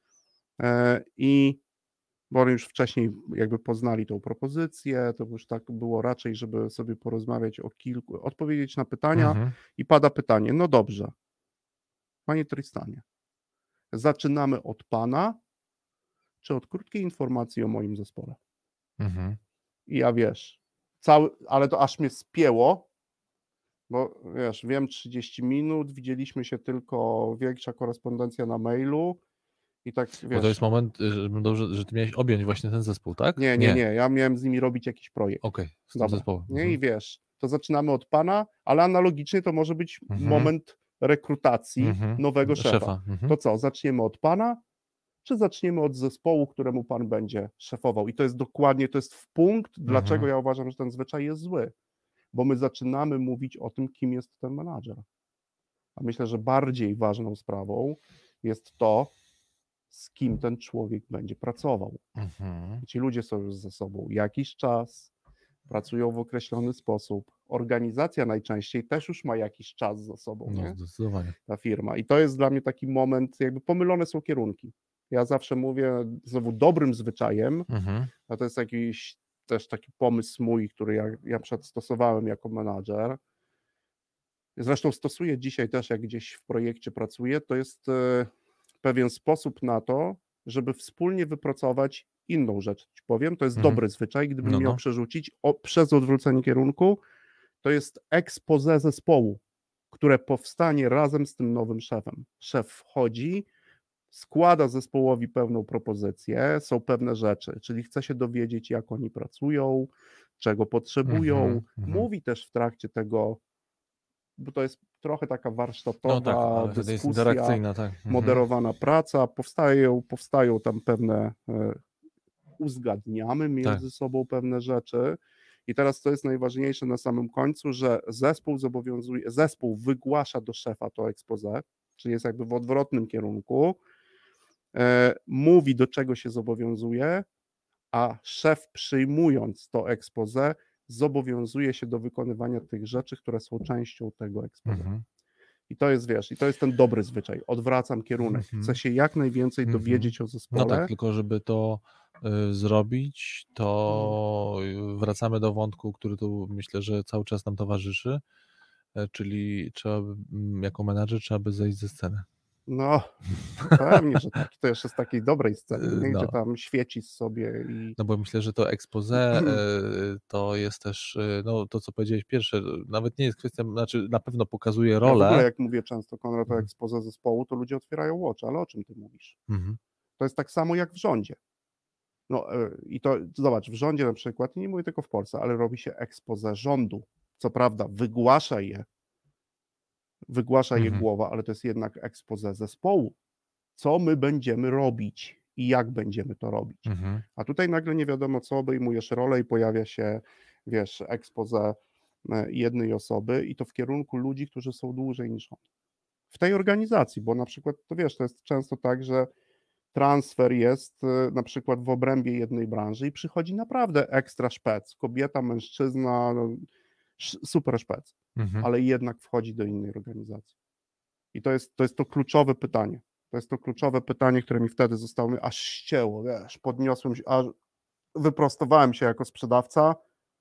e, i bo oni już wcześniej jakby poznali tą propozycję, to już tak było raczej, żeby sobie porozmawiać o kilku, odpowiedzieć na pytania Mhm. i pada pytanie, no dobrze, panie Tristanie, zaczynamy od pana, czy od krótkiej informacji o moim zespole? Mhm. I ja wiesz, cały, ale to aż mnie spięło, bo wiesz, wiem trzydzieści minut, widzieliśmy się tylko, większa korespondencja na mailu i tak Bo to jest wiesz, moment, y, żebym dobrze, że ty miałeś objąć właśnie ten zespół, tak? nie, nie, nie, ja miałem z nimi robić jakiś projekt. Okej, z tym Dobra, zespołem. nie Mhm. i wiesz, to zaczynamy od pana, ale analogicznie to może być Mhm. moment rekrutacji Mhm. nowego szefa. Szefa. Mhm. To co, zaczniemy od pana, czy zaczniemy od zespołu, któremu pan będzie szefował? I to jest dokładnie, to jest w punkt, dlaczego Mhm. ja uważam, że ten zwyczaj jest zły, bo my zaczynamy mówić o tym, kim jest ten menadżer. A myślę, że bardziej ważną sprawą jest to, z kim ten człowiek będzie pracował. Mhm. Ci ludzie są już ze sobą jakiś czas, pracują w określony sposób. Organizacja najczęściej też już ma jakiś czas za sobą, No nie? zdecydowanie. Ta firma. I to jest dla mnie taki moment, jakby pomylone są kierunki. Ja zawsze mówię, znowu dobrym zwyczajem, Mhm. a to jest jakiś też taki pomysł mój, który ja, ja przedstosowałem jako menadżer. Zresztą stosuję dzisiaj też, jak gdzieś w projekcie pracuję, to jest e, pewien sposób na to, żeby wspólnie wypracować inną rzecz ci powiem, to jest Mhm. dobry zwyczaj, gdybym No, miał no. przerzucić o, przez odwrócenie kierunku, to jest expose zespołu, które powstanie razem z tym nowym szefem. Szef wchodzi, składa zespołowi pewną propozycję, są pewne rzeczy, czyli chce się dowiedzieć, jak oni pracują, czego potrzebują, Mhm, mhm. mówi też w trakcie tego, bo to jest trochę taka No tak, warsztatowa ale wtedy jest dyskusja, interakcyjna, tak. Mhm. moderowana praca, powstają, powstają tam pewne, e, uzgadniamy Tak. między sobą pewne rzeczy. I teraz to jest najważniejsze na samym końcu, że zespół zobowiązuje, zespół wygłasza do szefa to expose, czyli jest jakby w odwrotnym kierunku, e, mówi do czego się zobowiązuje, a szef przyjmując to expose zobowiązuje się do wykonywania tych rzeczy, które są częścią tego expose. Mhm. I to jest, wiesz, i to jest ten dobry zwyczaj. Odwracam kierunek. Chcę Mhm. się jak najwięcej Mhm. dowiedzieć o No zespole. tak, tylko żeby to y, zrobić, to y, wracamy do wątku, który tu myślę, że cały czas nam towarzyszy, e, czyli trzeba by, mm, jako menadżer trzeba by zejść ze sceny. No, pewnie, że tak. To jeszcze z takiej dobrej sceny, Y, nie? Gdzie No, tam świecisz sobie i no bo myślę, że to expose y, to jest też, y, no to co powiedziałeś pierwsze, nawet nie jest kwestia, znaczy na pewno pokazuje ja w ogóle rolę. jak mówię często, Konrad, o Mhm. expose zespołu, to ludzie otwierają oczy, ale o czym ty mówisz? Mhm. To jest tak samo jak w rządzie. No e, i to zobacz, w rządzie na przykład, nie mówię tylko w Polsce, ale robi się expose rządu. Co prawda wygłasza je, wygłasza je Mhm. głowa, ale to jest jednak expose zespołu. Co my będziemy robić i jak będziemy to robić. Mhm. A tutaj nagle nie wiadomo co, obejmujesz rolę i pojawia się, wiesz, expose e, jednej osoby i to w kierunku ludzi, którzy są dłużej niż on. W tej organizacji, bo na przykład, to wiesz, to jest często tak, że transfer jest e, na przykład w obrębie jednej branży i przychodzi naprawdę ekstra szpec, kobieta, mężczyzna, no, sz- super szpec, Mhm. ale jednak wchodzi do innej organizacji. I to jest to, jest to kluczowe pytanie. To jest to kluczowe pytanie, które mi wtedy zostało, aż ścięło, wiesz, podniosłem się, aż wyprostowałem się jako sprzedawca,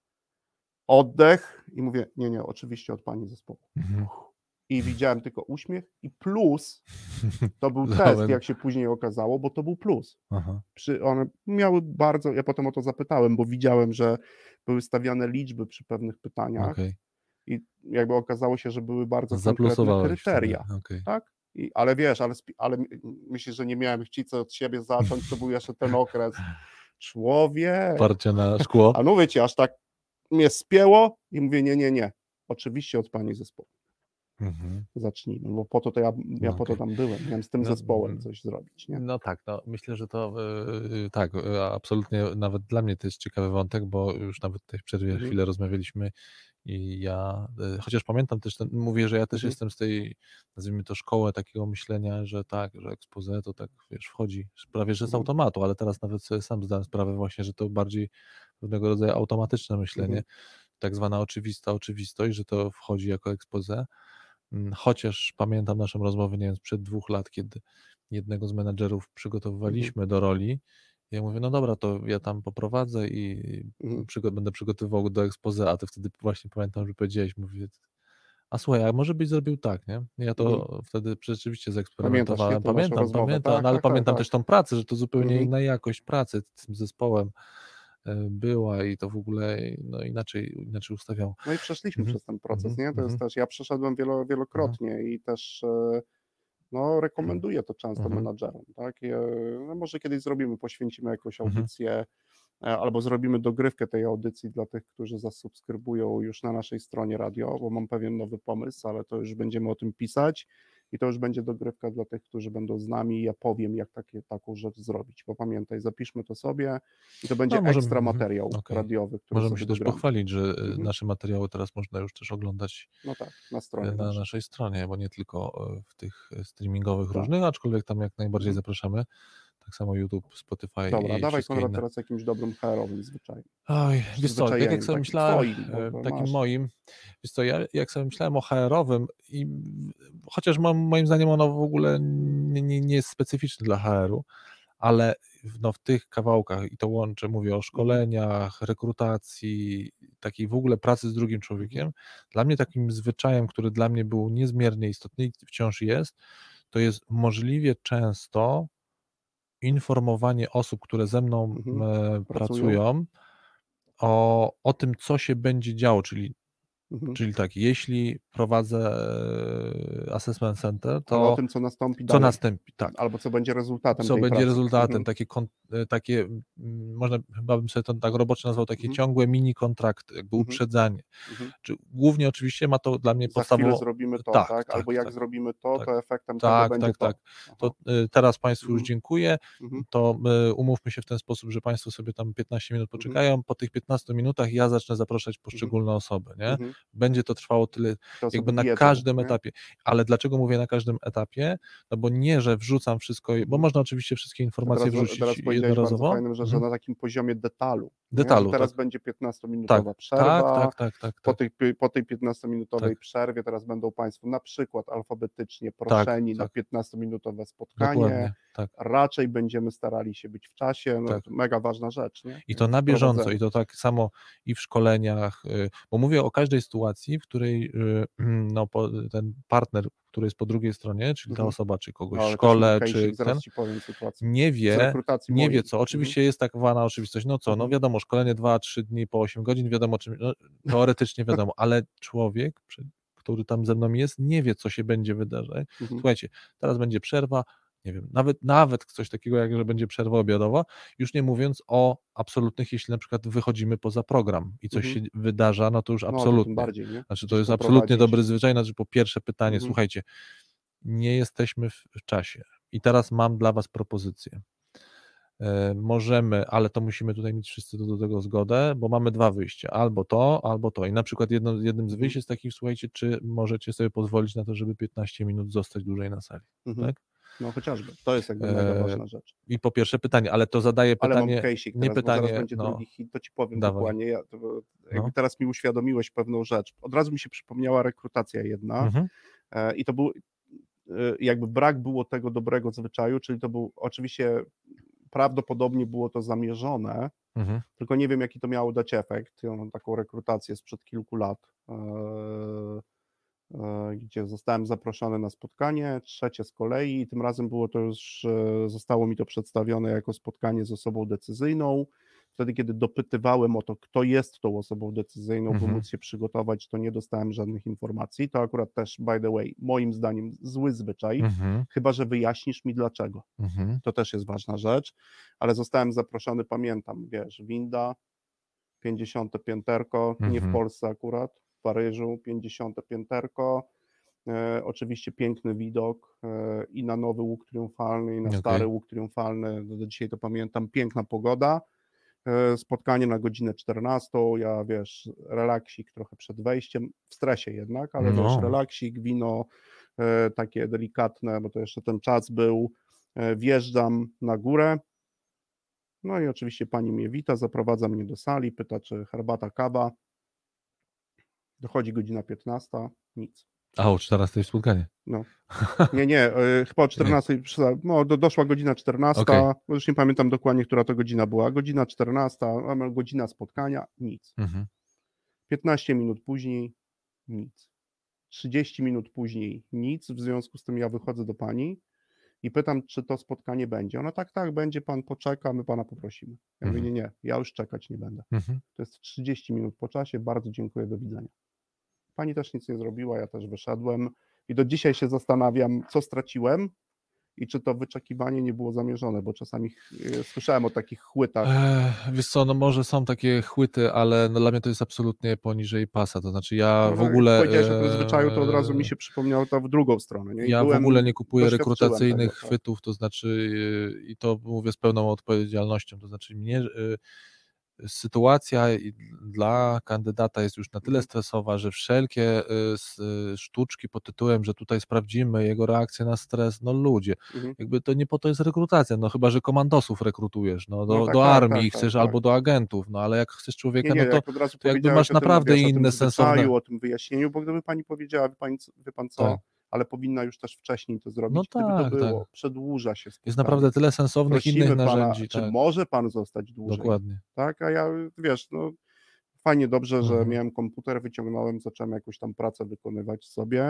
oddech i mówię, nie, nie, oczywiście od pani zespołu. Mhm. I widziałem tylko uśmiech i plus, to był test, Załem. jak się później okazało, bo to był plus. Aha. Przy, one miały bardzo, ja potem o to zapytałem, bo widziałem, że były stawiane liczby przy pewnych pytaniach Okej. i jakby okazało się, że były bardzo konkretne Zaplusowałeś wtedy. kryteria. Okej. Tak? I, ale wiesz, ale, spi- ale myślisz, że nie miałem chcieć od siebie zacząć, to był jeszcze ten okres. Człowiek. Parcia na szkło. A mówię ci, aż tak mnie spięło i mówię, nie, nie, nie. Oczywiście od pani zespołu. Mhm. Zacznijmy, bo po to, to ja, ja No po to okej. tam byłem. Miałem z tym No, zespołem mm, coś zrobić. Nie? No tak, no myślę, że to yy, tak, yy, absolutnie nawet dla mnie to jest ciekawy wątek, bo już nawet tutaj w przerwie Mhm. chwilę rozmawialiśmy i ja, yy, chociaż pamiętam też, ten, mówię, że ja też Mhm. jestem z tej, nazwijmy to szkoły takiego myślenia, że tak, że expose to tak, wiesz, wchodzi prawie że z Mhm. automatu, ale teraz nawet sobie sam zdałem sprawę właśnie, że to bardziej pewnego rodzaju automatyczne myślenie, Mhm. tak zwana oczywista oczywistość, że to wchodzi jako expose. Mm, Chociaż pamiętam naszą rozmowę, nie wiem, sprzed dwóch lat, kiedy jednego z menedżerów Mhm. przygotowywaliśmy do roli. Ja mówię, no dobra, to ja tam poprowadzę i Mhm. przygo- będę przygotowywał go do expose, a ty wtedy właśnie pamiętam, że powiedziałeś, mówię, a słuchaj, a może byś zrobił tak, nie? Ja to Mhm. wtedy rzeczywiście Pamiętasz, nie? zaeksperymentowałem. Tą naszą Pamiętam, rozmowę. pamiętam, Tak, no ale tak, tak, pamiętam tak. też tą pracę, że to zupełnie Mhm. inna jakość pracy z tym zespołem e, była i to w ogóle no, inaczej, inaczej ustawiało. No i przeszliśmy Mhm, przez ten proces, mhm, nie? To jest mhm, też, ja przeszedłem wielo, mhm, wielokrotnie i też e, no, rekomenduję to często mhm, menadżerom, tak? I, e, no, może kiedyś zrobimy, poświęcimy jakąś mhm. audycję e, albo zrobimy dogrywkę tej audycji dla tych, którzy zasubskrybują już na naszej stronie radio, bo mam pewien nowy pomysł, ale to już będziemy o tym pisać i to już będzie dogrywka dla tych, którzy będą z nami i ja powiem, jak takie, taką rzecz zrobić, bo pamiętaj, zapiszmy to sobie i to będzie No, możemy, ekstra mhm, materiał okej. radiowy, który Możemy sobie się też dogramy. pochwalić, że e, Mhm. nasze materiały teraz można już też oglądać No tak, na e, stronie na naszej. naszej stronie, bo nie tylko e, w tych e, streamingowych Tak. różnych, aczkolwiek tam jak najbardziej Mhm. zapraszamy. Tak samo YouTube, Spotify Dobra, i dawaj wszystkie Konrad inne. teraz jakimś dobrym H R-owym zwyczajem. Oj, wiesz co, tak jak Przyzwyczajeniem, sobie takim myślałem, twoim, bo e, to takim masz. moim, wiesz co, ja jak sobie myślałem o H R-owym i mm, chociaż mam, moim zdaniem ono w ogóle nie, nie, nie jest specyficzne dla H R-u, ale w- no, w tych kawałkach i to łączę, mówię o Mhm. szkoleniach, rekrutacji, takiej w ogóle pracy z drugim Mhm. człowiekiem. Dla mnie takim zwyczajem, który dla mnie był niezmiernie istotny i wciąż jest, to jest możliwie często informowanie osób, które ze mną Mhm. e, Pracują. pracują, o, o tym, co się będzie działo, czyli, Mhm. czyli tak, jeśli prowadzę e, assessment center, Ale o to tym, co nastąpi co dalej. następni, tak. Albo co będzie rezultatem Co tej będzie pracy. rezultatem, Mhm. takie, kon, e, takie mm, można, chyba bym sobie to tak roboczo nazwał, takie Mhm. ciągłe mini kontrakty, jakby Mhm. uprzedzanie. Mhm. Czy głównie oczywiście ma to dla mnie Za chwilę podstawową... zrobimy to, Tak, tak? tak, Albo jak tak, zrobimy to, tak. to efektem tego Tak, będzie tak, to. tak. Aha. To y, teraz Państwu już Mhm. dziękuję. Mhm. To y, umówmy się w ten sposób, że Państwo sobie tam piętnaście minut Mhm. poczekają. Po tych piętnastu minutach ja zacznę zapraszać poszczególne osoby, nie? Mhm. Będzie to trwało tyle, Te osoby jakby na wiedzą, każdym nie? etapie. Ale dlaczego mówię na każdym etapie? No bo nie, że wrzucam wszystko, bo Mhm. można oczywiście wszystkie A informacje teraz, wrzucić teraz powiedziałeś bardzo jednorazowo. fajną rzecz, że Mhm. na takim poziomie detalu. Nie? Detalu, Że teraz tak. będzie piętnastominutowa Tak, przerwa. tak, tak, tak, Po tak. tej, po tej piętnastominutowej Tak. przerwie teraz będą Państwo na przykład alfabetycznie Tak, proszeni na tak. piętnastominutowe spotkanie. Dokładnie, tak. Raczej będziemy starali się być w czasie. No, Tak. to mega ważna rzecz. Nie? I to na bieżąco, Wprowadzenie. i to tak samo i w szkoleniach, y, bo mówię o każdej sytuacji, w której y, no, po- ten partner, który jest po drugiej stronie, czyli ta Mhm. osoba, czy kogoś No, w ale też mam szkole, case'ik, czy zaraz ten, Ci powiem sytuację. nie Z wie, rekrutacji nie wie mojej. co. Mhm. Oczywiście jest tak wana oczywistość, no co, no Mhm. wiadomo, szkolenie dwa trzy dni po osiem godzin, wiadomo czym, no, teoretycznie wiadomo, ale człowiek, przy- który tam ze mną jest, nie wie, co się będzie wydarzać. Mhm. Słuchajcie, teraz będzie przerwa, nie wiem, nawet, nawet coś takiego, jak że będzie przerwa obiadowa, już nie mówiąc o absolutnych, jeśli na przykład wychodzimy poza program i coś Mhm. się wydarza, no to już No, to tym absolutnie. bardziej, nie? Znaczy to Gdzieś jest absolutnie poprowadzić. dobry zwyczaj, znaczy po pierwsze pytanie, Mhm. słuchajcie, nie jesteśmy w w czasie i teraz mam dla Was propozycję. E, Możemy, ale to musimy tutaj mieć wszyscy do, do tego zgodę, bo mamy dwa wyjścia, albo to, albo to. I na przykład jedno, jednym z Mhm. wyjść jest takich, słuchajcie, czy możecie sobie pozwolić na to, żeby piętnaście minut zostać dłużej na sali, Mhm. tak? No chociażby. To jest jakby mega E, ważna rzecz. I po pierwsze pytanie, ale to zadaje Ale mam pytanie, case'ik nie teraz, bo zaraz pytanie, będzie no, drugi hit, to Ci powiem dawaj. dokładnie. Ja, to, jakby No. teraz mi uświadomiłeś pewną rzecz. Od razu mi się przypomniała rekrutacja jedna Mhm. e, i to był e, jakby brak było tego dobrego zwyczaju, czyli to był oczywiście prawdopodobnie było to zamierzone, Mhm. tylko nie wiem jaki to miało dać efekt. Ja mam taką rekrutację sprzed kilku lat, e, e, gdzie zostałem zaproszony na spotkanie, trzecie z kolei i tym razem było to już, e, zostało mi to przedstawione jako spotkanie z osobą decyzyjną. Wtedy, kiedy dopytywałem o to, kto jest tą osobą decyzyjną, by Mhm. móc się przygotować, to nie dostałem żadnych informacji. To akurat też, by the way, moim zdaniem zły zwyczaj, Mhm. chyba że wyjaśnisz mi dlaczego. Mhm. To też jest ważna rzecz, ale zostałem zaproszony, pamiętam, wiesz, winda, pięćdziesiąte pięterko, nie w Mhm. Polsce akurat, w Paryżu, pięćdziesiąte pięterko, e, oczywiście piękny widok e, i na nowy łuk triumfalny, i na Okej. stary łuk triumfalny, do do dzisiaj to pamiętam, piękna pogoda, e, spotkanie na godzinę czternastą, ja wiesz, relaksik trochę przed wejściem, w stresie jednak, ale wiesz, No. relaksik, wino e, takie delikatne, bo to jeszcze ten czas był, e, wjeżdżam na górę, no i oczywiście pani mnie wita, zaprowadza mnie do sali, pyta, czy herbata, kawa. Dochodzi godzina piętnasta, nic. A o czternastej spotkanie. No. Nie, nie, y, chyba o czternastej, przyszła- no, do, doszła godzina czternasta, Okej. bo już nie pamiętam dokładnie, która to godzina była. Godzina czternasta, mamy godzina spotkania, nic. Mhm. piętnaście minut później, nic. trzydzieści minut później, nic. W związku z tym ja wychodzę do pani i pytam, czy to spotkanie będzie. Ona tak, tak, będzie, pan poczeka, my pana poprosimy. Ja mówię, Mhm. nie, nie, ja już czekać nie będę. Mhm. To jest trzydzieści minut po czasie, bardzo dziękuję, do widzenia. Pani też nic nie zrobiła, ja też wyszedłem i do dzisiaj się zastanawiam, co straciłem i czy to wyczekiwanie nie było zamierzone, bo czasami e, słyszałem o takich chłytach. Ech, wiesz co, no może są takie chłyty, ale no dla mnie to jest absolutnie poniżej pasa, to znaczy ja No, w no, jak ogóle powiedziałeś o tym zwyczaju, to od razu mi e, się przypomniało to w drugą stronę. Nie? I ja w byłem, ogóle nie kupuję doświadczyłem rekrutacyjnych tego, tak. chwytów, to znaczy e, i to mówię z pełną odpowiedzialnością, to znaczy mnie e, sytuacja i dla kandydata jest już na tyle Mhm. stresowa, że wszelkie y, s- y, sztuczki pod tytułem, że tutaj sprawdzimy jego reakcję na stres, no ludzie, Mhm. jakby to nie po to jest rekrutacja, no chyba, że komandosów rekrutujesz, no do, No tak, do tak, armii tak, tak, chcesz tak. albo do agentów, no ale jak chcesz Nie, człowieka, nie, no to, jak od razu to jakby powiedziałeś masz o tym, naprawdę wiesz, o tym inne zwyczaju, sensowne, o tym wyjaśnieniu, bo gdyby pani powiedziała, wie, pani, co- wie pan co, tak, ale powinna już też wcześniej to no zrobić, gdyby to tak, tak, było, przedłuża się jest spotkanie. naprawdę tyle sensownych innych Prosimy pana, narzędzi, czy tak, może pan zostać dłużej, dokładnie. tak? A ja, wiesz, no fajnie, dobrze, że Mhm. miałem komputer, wyciągnąłem, zacząłem jakąś tam pracę wykonywać sobie.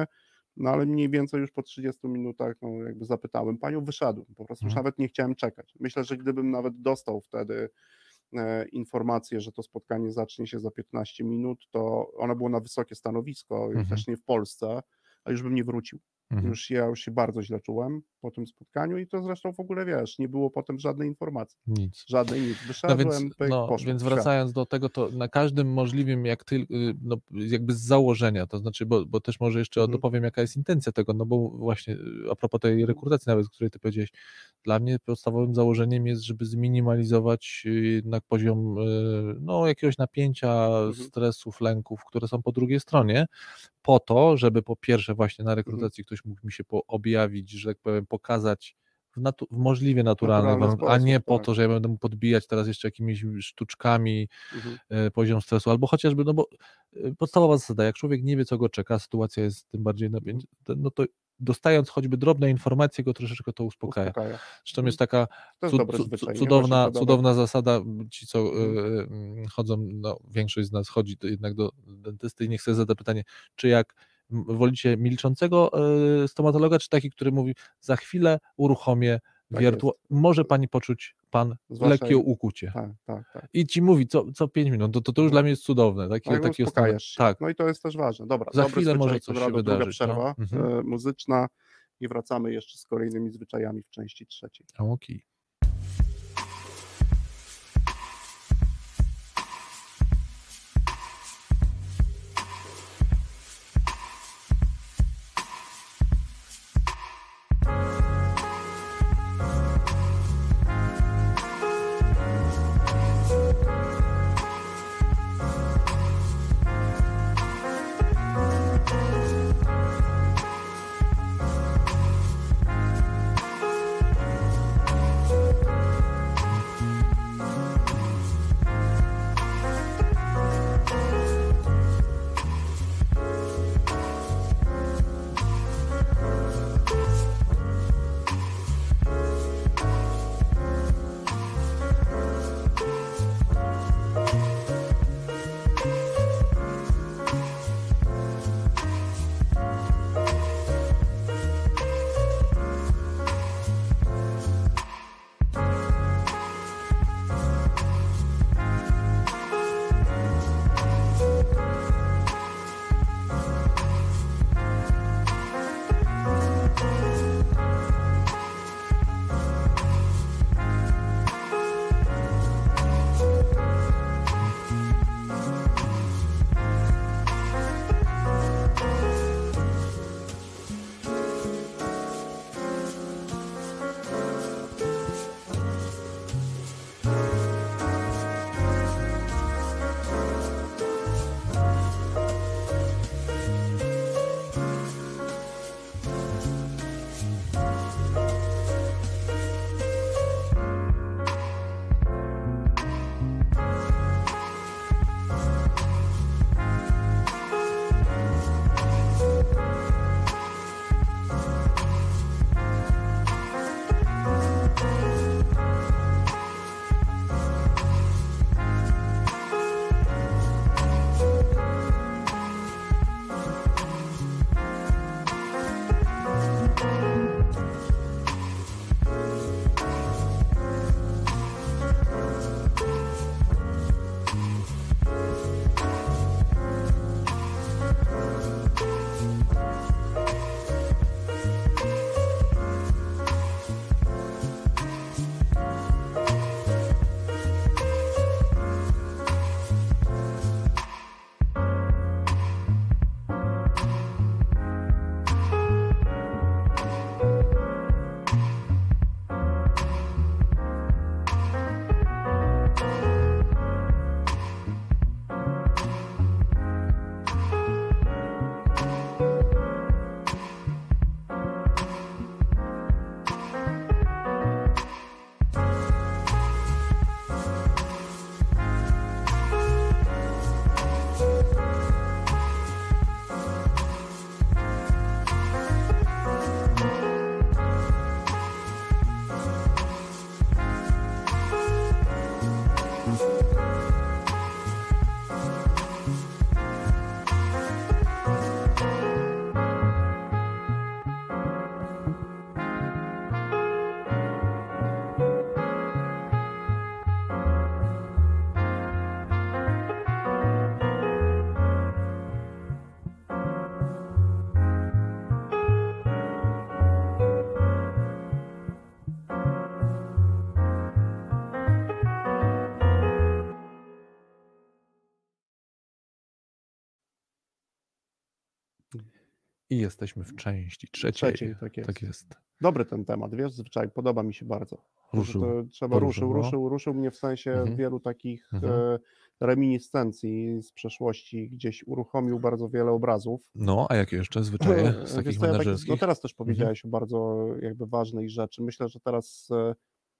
No ale mniej więcej już po trzydziestu minutach, no jakby zapytałem panią, wyszedłem, po prostu już Mhm. nawet nie chciałem czekać. Myślę, że gdybym nawet dostał wtedy e, informację, że to spotkanie zacznie się za piętnaście minut, to ono było na wysokie stanowisko i Mhm. też nie w Polsce, a już bym nie wrócił. Mhm. Już ja już się bardzo źle czułem po tym spotkaniu i to zresztą w ogóle, wiesz, nie było potem żadnej informacji. Nic. Żadnej nic. No Wyszedłem, więc, pyk, no, poszłem więc w świat. wracając do tego, to na każdym możliwym, jak ty, y, no, jakby z założenia, to znaczy, bo, bo też może jeszcze Mhm. dopowiem, jaka jest intencja tego, no bo właśnie y, a propos tej rekrutacji nawet, o której ty powiedziałeś, dla mnie podstawowym założeniem jest, żeby zminimalizować y, jednak poziom y, no, jakiegoś napięcia, Mhm. stresów, lęków, które są po drugiej stronie, po to, żeby po pierwsze właśnie na Mhm. rekrutacji ktoś mógł mi się po- objawić, że tak powiem, pokazać w, natu- w możliwie naturalnych Naturalny warunkach, a nie sposób, po tak. to, że ja będę mu podbijać teraz jeszcze jakimiś sztuczkami Mhm. e, poziom stresu, albo chociażby, no bo e, podstawowa zasada, jak człowiek nie wie, co go czeka, sytuacja jest tym bardziej Mhm. napięcia, no to dostając choćby drobne informacje, go troszeczkę to uspokaja. Uspokaja. Zresztą Mhm. jest taka To jest cu- dobry cu- zwyczaj, nie? Właśnie cudowna, podawać. cudowna zasada, ci co Mhm. e, mm, chodzą, no większość z nas chodzi do, jednak do dentysty i nie chce zadać pytanie, czy jak m, wolicie milczącego e, stomatologa, czy taki, który mówi, za chwilę uruchomię Tak wiertło, jest. może pani poczuć, pan Zwłaszcza lekkie jak... ukucie. Tak, tak, tak. I ci mówi co, co pięć minut, to, to, to już Mhm. dla mnie jest cudowne. No Taki, jakby taki uspokajasz się. tak, No i to jest też ważne. Dobra, za dobry chwilę może zwyczaj, coś się Konrado, druga wydarzyć. No. przerwa Mhm. e, muzyczna i wracamy jeszcze z kolejnymi zwyczajami w części trzeciej. Okej. I jesteśmy w części trzeciej. Trzeciej, tak jest. Tak jest. Dobry ten temat, wiesz, zwyczaj, podoba mi się bardzo. Ruszył. To trzeba Poruszył, ruszył, no. ruszył, ruszył mnie w sensie Mhm. wielu takich Mhm. e, reminiscencji z przeszłości, gdzieś uruchomił bardzo wiele obrazów. No, a jakie jeszcze zwyczaje z Wiesz takich co, ja tak, menedżerskich? no teraz też Mhm. powiedziałeś o bardzo jakby ważnej rzeczy. Myślę, że teraz e,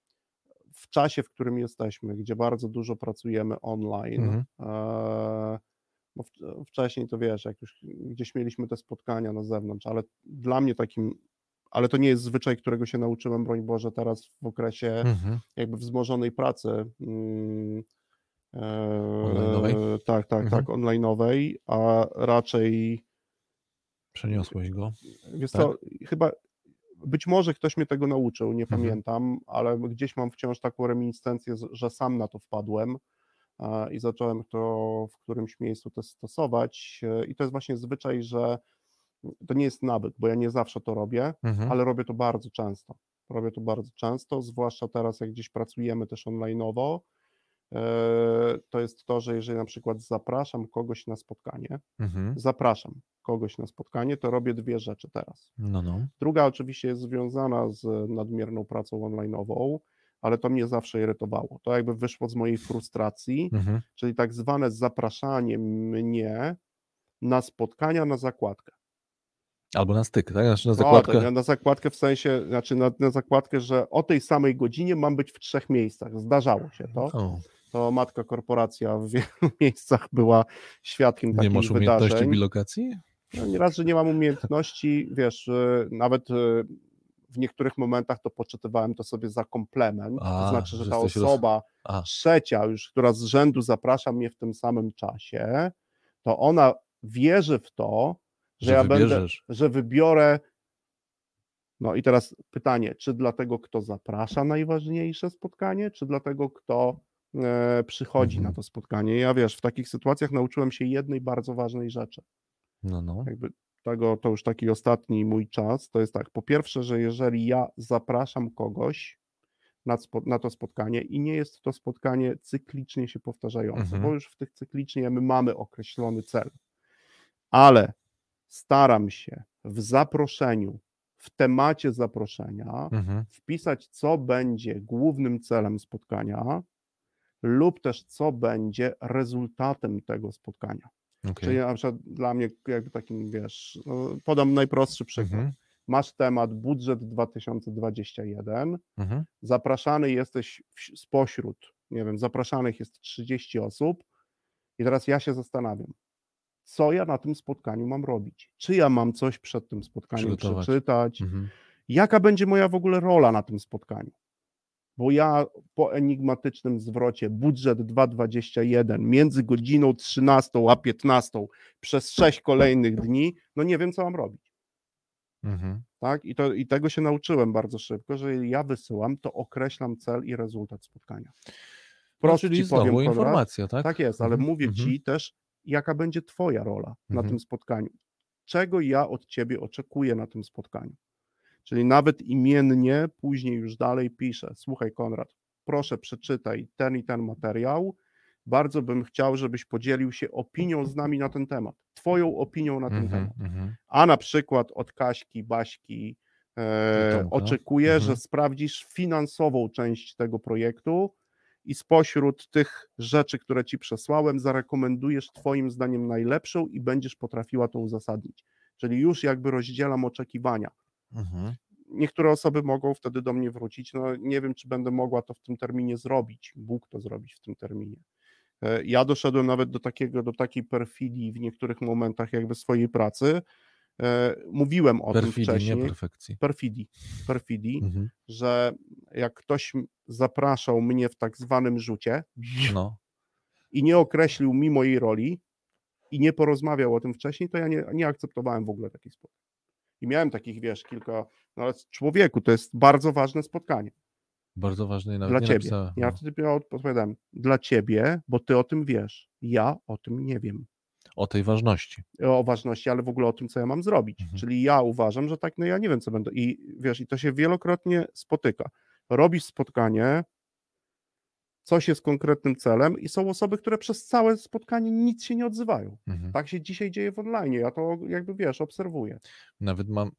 w czasie, w którym jesteśmy, gdzie bardzo dużo pracujemy online, Mhm. e, bo w, wcześniej to wiesz, jak już gdzieś mieliśmy te spotkania na zewnątrz, ale dla mnie takim, ale to nie jest zwyczaj, którego się nauczyłem, broń Boże, teraz w okresie Mhm. jakby wzmożonej pracy, mm, Online'owej? e, tak, tak, Mhm. tak, online'owej, a raczej, Przeniosłeś go. wiesz Tak? co, chyba być może ktoś mnie tego nauczył, nie Mhm. pamiętam, ale gdzieś mam wciąż taką reminiscencję, z- że sam na to wpadłem e, i zacząłem to w którymś miejscu to stosować. E, I to jest właśnie zwyczaj, że to nie jest nawyk, bo ja nie zawsze to robię, Mhm. ale robię to bardzo często. Robię to bardzo często, zwłaszcza teraz, jak gdzieś pracujemy też online'owo. E, To jest to, że jeżeli na przykład zapraszam kogoś na spotkanie, Mhm. zapraszam kogoś na spotkanie, to robię dwie rzeczy teraz. No, no. Druga oczywiście jest związana z nadmierną pracą online'ową, ale to mnie zawsze irytowało. To jakby wyszło z mojej frustracji, Mhm. czyli tak zwane zapraszanie mnie na spotkania na zakładkę. Albo na styk, tak? Znaczy na O, zakładkę. tak, na zakładkę w sensie, znaczy na, na zakładkę, że o tej samej godzinie mam być w trzech miejscach. Zdarzało się to. O, To matka korporacja w wielu miejscach była świadkiem nie takich masz umiejętności wydarzeń. bilokacji? No, nieraz, że nie mam umiejętności, wiesz, y, nawet y, w niektórych momentach to poczytywałem to sobie za komplement, to A, znaczy, że że ta jesteś roz... osoba A, trzecia już, która z rzędu zaprasza mnie w tym samym czasie, to ona wierzy w to, że, że ja będę, wybierzesz. że wybiorę. No i teraz pytanie, czy dlatego, kto zaprasza najważniejsze spotkanie, czy dlatego, kto e, przychodzi Mhm. na to spotkanie? Ja wiesz, w takich sytuacjach nauczyłem się jednej bardzo ważnej rzeczy. No, no. Jakby tego, to już taki ostatni mój czas, to jest tak, po pierwsze, że jeżeli ja zapraszam kogoś na, spo, na to spotkanie i nie jest to spotkanie cyklicznie się powtarzające, Mhm. bo już w tych cyklicznie my mamy określony cel, ale staram się w zaproszeniu, w temacie zaproszenia Mhm. wpisać, co będzie głównym celem spotkania lub też co będzie rezultatem tego spotkania. Czyli Okej. na przykład dla mnie jakby takim, wiesz, no, podam najprostszy przykład. Mhm. Masz temat budżet dwa tysiące dwudziesty pierwszy, Mhm. zapraszany jesteś w, spośród, nie wiem, zapraszanych jest trzydzieści osób i teraz ja się zastanawiam, co ja na tym spotkaniu mam robić? Czy ja mam coś przed tym spotkaniem Przygotować. przeczytać? Mhm. Jaka będzie moja w ogóle rola na tym spotkaniu? Bo ja po enigmatycznym zwrocie budżet dwa tysiące dwudziesty pierwszy między godziną trzynastą a piętnastą przez sześć kolejnych dni, no nie wiem, co mam robić. Mhm. Tak? I, to, I tego się nauczyłem bardzo szybko, że jeżeli ja wysyłam, to określam cel i rezultat spotkania. No, Wprost czyli ci powiem, znowu Konrad, informacja, tak? tak jest, ale Mhm. mówię Mhm. ci też, jaka będzie twoja rola na Mhm. tym spotkaniu. Czego ja od ciebie oczekuję na tym spotkaniu. Czyli nawet imiennie później już dalej piszę, słuchaj Konrad, proszę przeczytaj ten i ten materiał, bardzo bym chciał, żebyś podzielił się opinią z nami na ten temat, twoją opinią na ten Mhm. temat. Mhm. A na przykład od Kaśki, Baśki I e, Tomka. oczekuję, Mhm. że sprawdzisz finansową część tego projektu i spośród tych rzeczy, które ci przesłałem, zarekomendujesz twoim zdaniem najlepszą i będziesz potrafiła to uzasadnić. Czyli już jakby rozdzielam oczekiwania. Mhm. Niektóre osoby mogą wtedy do mnie wrócić, no nie wiem, czy będę mogła to w tym terminie zrobić, Bóg to zrobić w tym terminie. E, Ja doszedłem nawet do takiego, do takiej perfidii w niektórych momentach jakby swojej pracy. E, Mówiłem o tym Perfidii, nie wcześniej. perfekcji. Perfidii, perfidii, Mhm. że jak ktoś m- zapraszał mnie w tak zwanym rzucie No. i nie określił mi mojej roli i nie porozmawiał o tym wcześniej, to ja nie, nie akceptowałem w ogóle takich spotkań. I miałem takich, wiesz, kilka, no ale człowieku, to jest bardzo ważne spotkanie Bardzo ważne i nawet dla nie ciebie. napisałem. Ja No. wtedy odpowiadam, dla ciebie, bo ty o tym wiesz. Ja o tym nie wiem. O tej ważności. O ważności, ale w ogóle o tym, co ja mam zrobić. Mhm. Czyli ja uważam, że tak, no ja nie wiem, co będę. I wiesz, i to się wielokrotnie spotyka. Robisz spotkanie, coś jest konkretnym celem i są osoby, które przez całe spotkanie nic się nie odzywają. Mhm. Tak się dzisiaj dzieje w online, ja to jakby wiesz, obserwuję. Nawet mam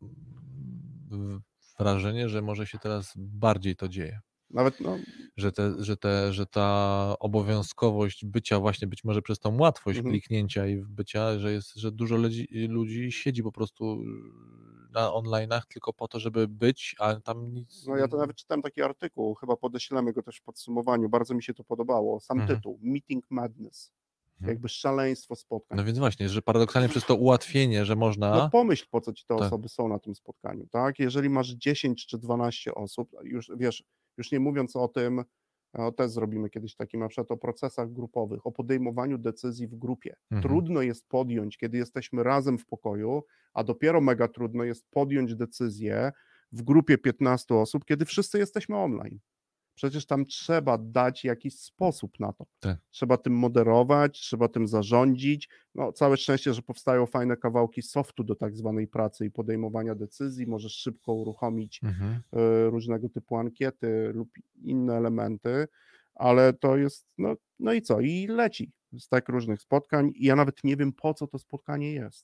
w- wrażenie, że może się teraz bardziej to dzieje. Nawet no, Że, te, że, te, że ta obowiązkowość bycia właśnie być może przez tą łatwość Mhm. kliknięcia i bycia, że jest, że dużo ludzi, ludzi siedzi po prostu na online'ach tylko po to, żeby być, a tam nic. no ja to nawet czytałem taki artykuł, chyba podeślemy go też w podsumowaniu, bardzo mi się to podobało, sam Mhm. tytuł, Meeting Madness, Mhm. jakby szaleństwo spotkań. No więc właśnie, że paradoksalnie przez to ułatwienie, że można. No pomyśl, po co ci te Tak. osoby są na tym spotkaniu, tak? Jeżeli masz dziesięć czy dwanaście osób, już wiesz, już nie mówiąc o tym, o też zrobimy kiedyś taki na przykład o procesach grupowych, o podejmowaniu decyzji w grupie. Mhm. Trudno jest podjąć, kiedy jesteśmy razem w pokoju, a dopiero mega trudno jest podjąć decyzję w grupie piętnastu osób, kiedy wszyscy jesteśmy online. Przecież tam trzeba dać jakiś sposób na to. Tak. Trzeba tym moderować, trzeba tym zarządzić. No, całe szczęście, że powstają fajne kawałki softu do tak zwanej pracy i podejmowania decyzji. Możesz szybko uruchomić Mhm. y, różnego typu ankiety lub inne elementy, ale to jest, no, no i co? I leci z tak różnych spotkań i ja nawet nie wiem, po co to spotkanie jest.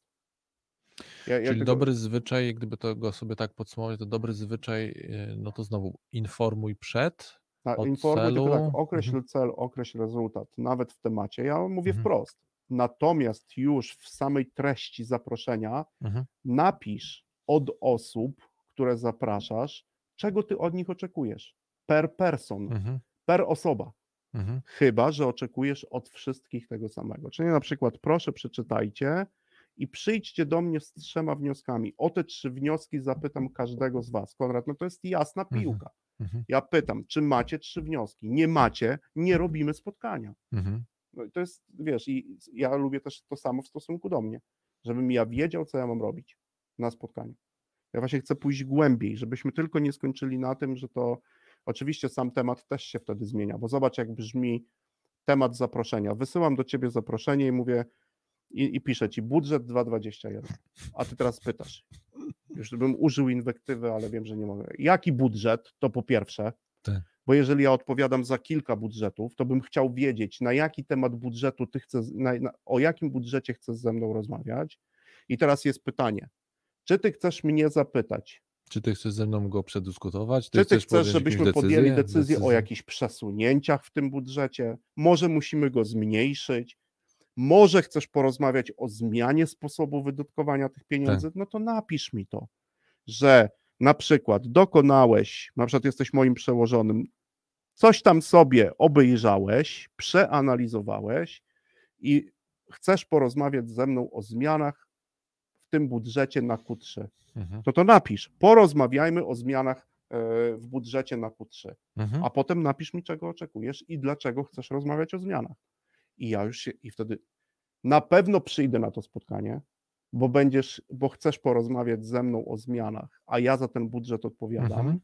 Ja, ja Czyli tego, dobry zwyczaj, gdyby to go sobie tak podsumować, to dobry zwyczaj, y, no to znowu informuj przed, a, od informuj tylko tak, celu. określ Mhm. cel, określ rezultat, nawet w temacie. Ja mówię Mhm. wprost. Natomiast już w samej treści zaproszenia Mhm. napisz od osób, które zapraszasz, czego ty od nich oczekujesz. Per person, Mhm. per osoba. Mhm. Chyba że oczekujesz od wszystkich tego samego. Czyli na przykład proszę przeczytajcie i przyjdźcie do mnie z trzema wnioskami. O te trzy wnioski zapytam każdego z was. Konrad, no to jest jasna Mhm. piłka. Mhm. Ja pytam, czy macie trzy wnioski? Nie macie, nie robimy spotkania. Mhm. No i to jest, wiesz, i ja lubię też to samo w stosunku do mnie, żebym ja wiedział, co ja mam robić na spotkaniu. Ja właśnie chcę pójść głębiej, żebyśmy tylko nie skończyli na tym, że to oczywiście sam temat też się wtedy zmienia, bo zobacz, jak brzmi temat zaproszenia. Wysyłam do ciebie zaproszenie i mówię, i, i piszę ci budżet dwa tysiące dwudziesty pierwszy, a ty teraz pytasz, już bym użył inwektywy, ale wiem, że nie mogę. Jaki budżet? To po pierwsze, Tak. bo jeżeli ja odpowiadam za kilka budżetów, to bym chciał wiedzieć, na jaki temat budżetu ty chcesz, na, na, o jakim budżecie chcesz ze mną rozmawiać. I teraz jest pytanie, czy ty chcesz mnie zapytać, Czy ty chcesz ze mną go przedyskutować? czy ty chcesz chcesz, podjąć jakąś żebyśmy podjęli decyzję? decyzję o jakichś przesunięciach w tym budżecie? Może musimy go zmniejszyć? Może chcesz porozmawiać o zmianie sposobu wydatkowania tych pieniędzy? No to napisz mi to, że na przykład dokonałeś, na przykład jesteś moim przełożonym, coś tam sobie obejrzałeś, przeanalizowałeś i chcesz porozmawiać ze mną o zmianach w tym budżecie na Q trzy. Mhm. To to napisz, porozmawiajmy o zmianach e, w budżecie na Q trzy, Mhm. a potem napisz mi, czego oczekujesz i dlaczego chcesz rozmawiać o zmianach. I ja już się, i wtedy na pewno przyjdę na to spotkanie, bo będziesz, bo chcesz porozmawiać ze mną o zmianach, a ja za ten budżet odpowiadam. Mhm.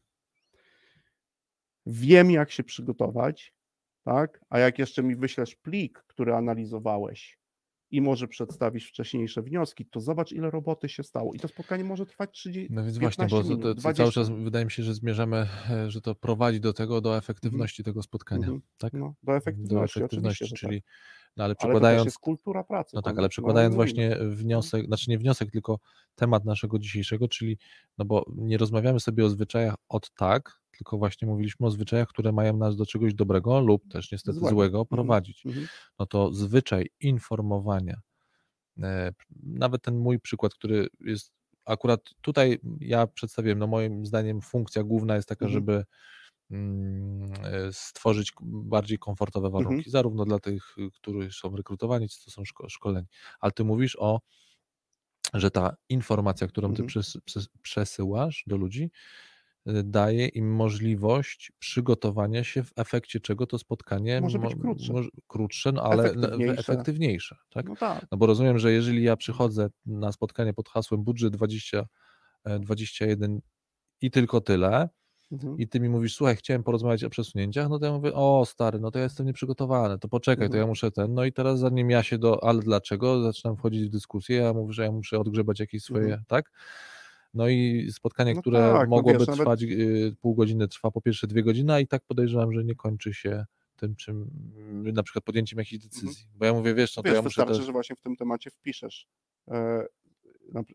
Wiem, jak się przygotować, tak? A jak jeszcze mi wyślesz plik, który analizowałeś i może przedstawisz wcześniejsze wnioski, to zobacz, ile roboty się stało. I to spotkanie może trwać trzydzieści, No więc właśnie, bo piętnaście to, minut, to dwadzieścia. cały czas wydaje mi się, że zmierzamy, e, że to prowadzi do tego, do efektywności Mhm. tego spotkania. Mhm. Tak? No, do efektywności, Do oczywiście, efektywności, że czyli tak. no ale Ale to też przekładając, jest kultura pracy. no tak, Konrad. ale No, przekładając no, właśnie wniosek, znaczy nie wniosek, tylko temat naszego dzisiejszego, czyli no bo nie rozmawiamy sobie o zwyczajach od tak, tylko właśnie mówiliśmy o zwyczajach, które mają nas do czegoś dobrego lub też niestety Złego. złego Mhm. prowadzić. Mhm. No to zwyczaj informowania, e, nawet ten mój przykład, który jest akurat tutaj ja przedstawiłem, no moim zdaniem funkcja główna jest taka, Mhm. żeby mm, e, stworzyć k- bardziej komfortowe warunki, Mhm. zarówno dla tych, y, którzy są rekrutowani, czy to są szko- szkoleni. Ale ty mówisz o, że ta informacja, którą ty Mhm. przes, przes, przesyłasz do ludzi, y, daje im możliwość przygotowania się, w efekcie czego to spotkanie Może być mo- krótsze. moż- krótsze, no ale n- w- Efektywniejsze. efektywniejsze, tak? No tak. No bo rozumiem, że jeżeli ja przychodzę na spotkanie pod hasłem budżet dwadzieścia, e, dwadzieścia jeden i tylko tyle, Mhm. i ty mi mówisz, słuchaj, chciałem porozmawiać o przesunięciach, no to ja mówię, o stary, no to ja jestem nieprzygotowany, to poczekaj, to Mhm. ja muszę ten, no i teraz zanim ja się do, ale dlaczego, zaczynam wchodzić w dyskusję, ja mówię, że ja muszę odgrzebać jakieś swoje, Mhm. tak? No i spotkanie, No które tak, no mogłoby wiesz, nawet- trwać y, pół godziny, trwa po pierwsze dwie godziny, a i tak podejrzewam, że nie kończy się tym, czym na przykład podjęciem jakiejś Mhm. decyzji. Bo ja mówię, wiesz, no to Wiesz, ja muszę wystarczy, też... że właśnie w tym temacie wpiszesz. e, na,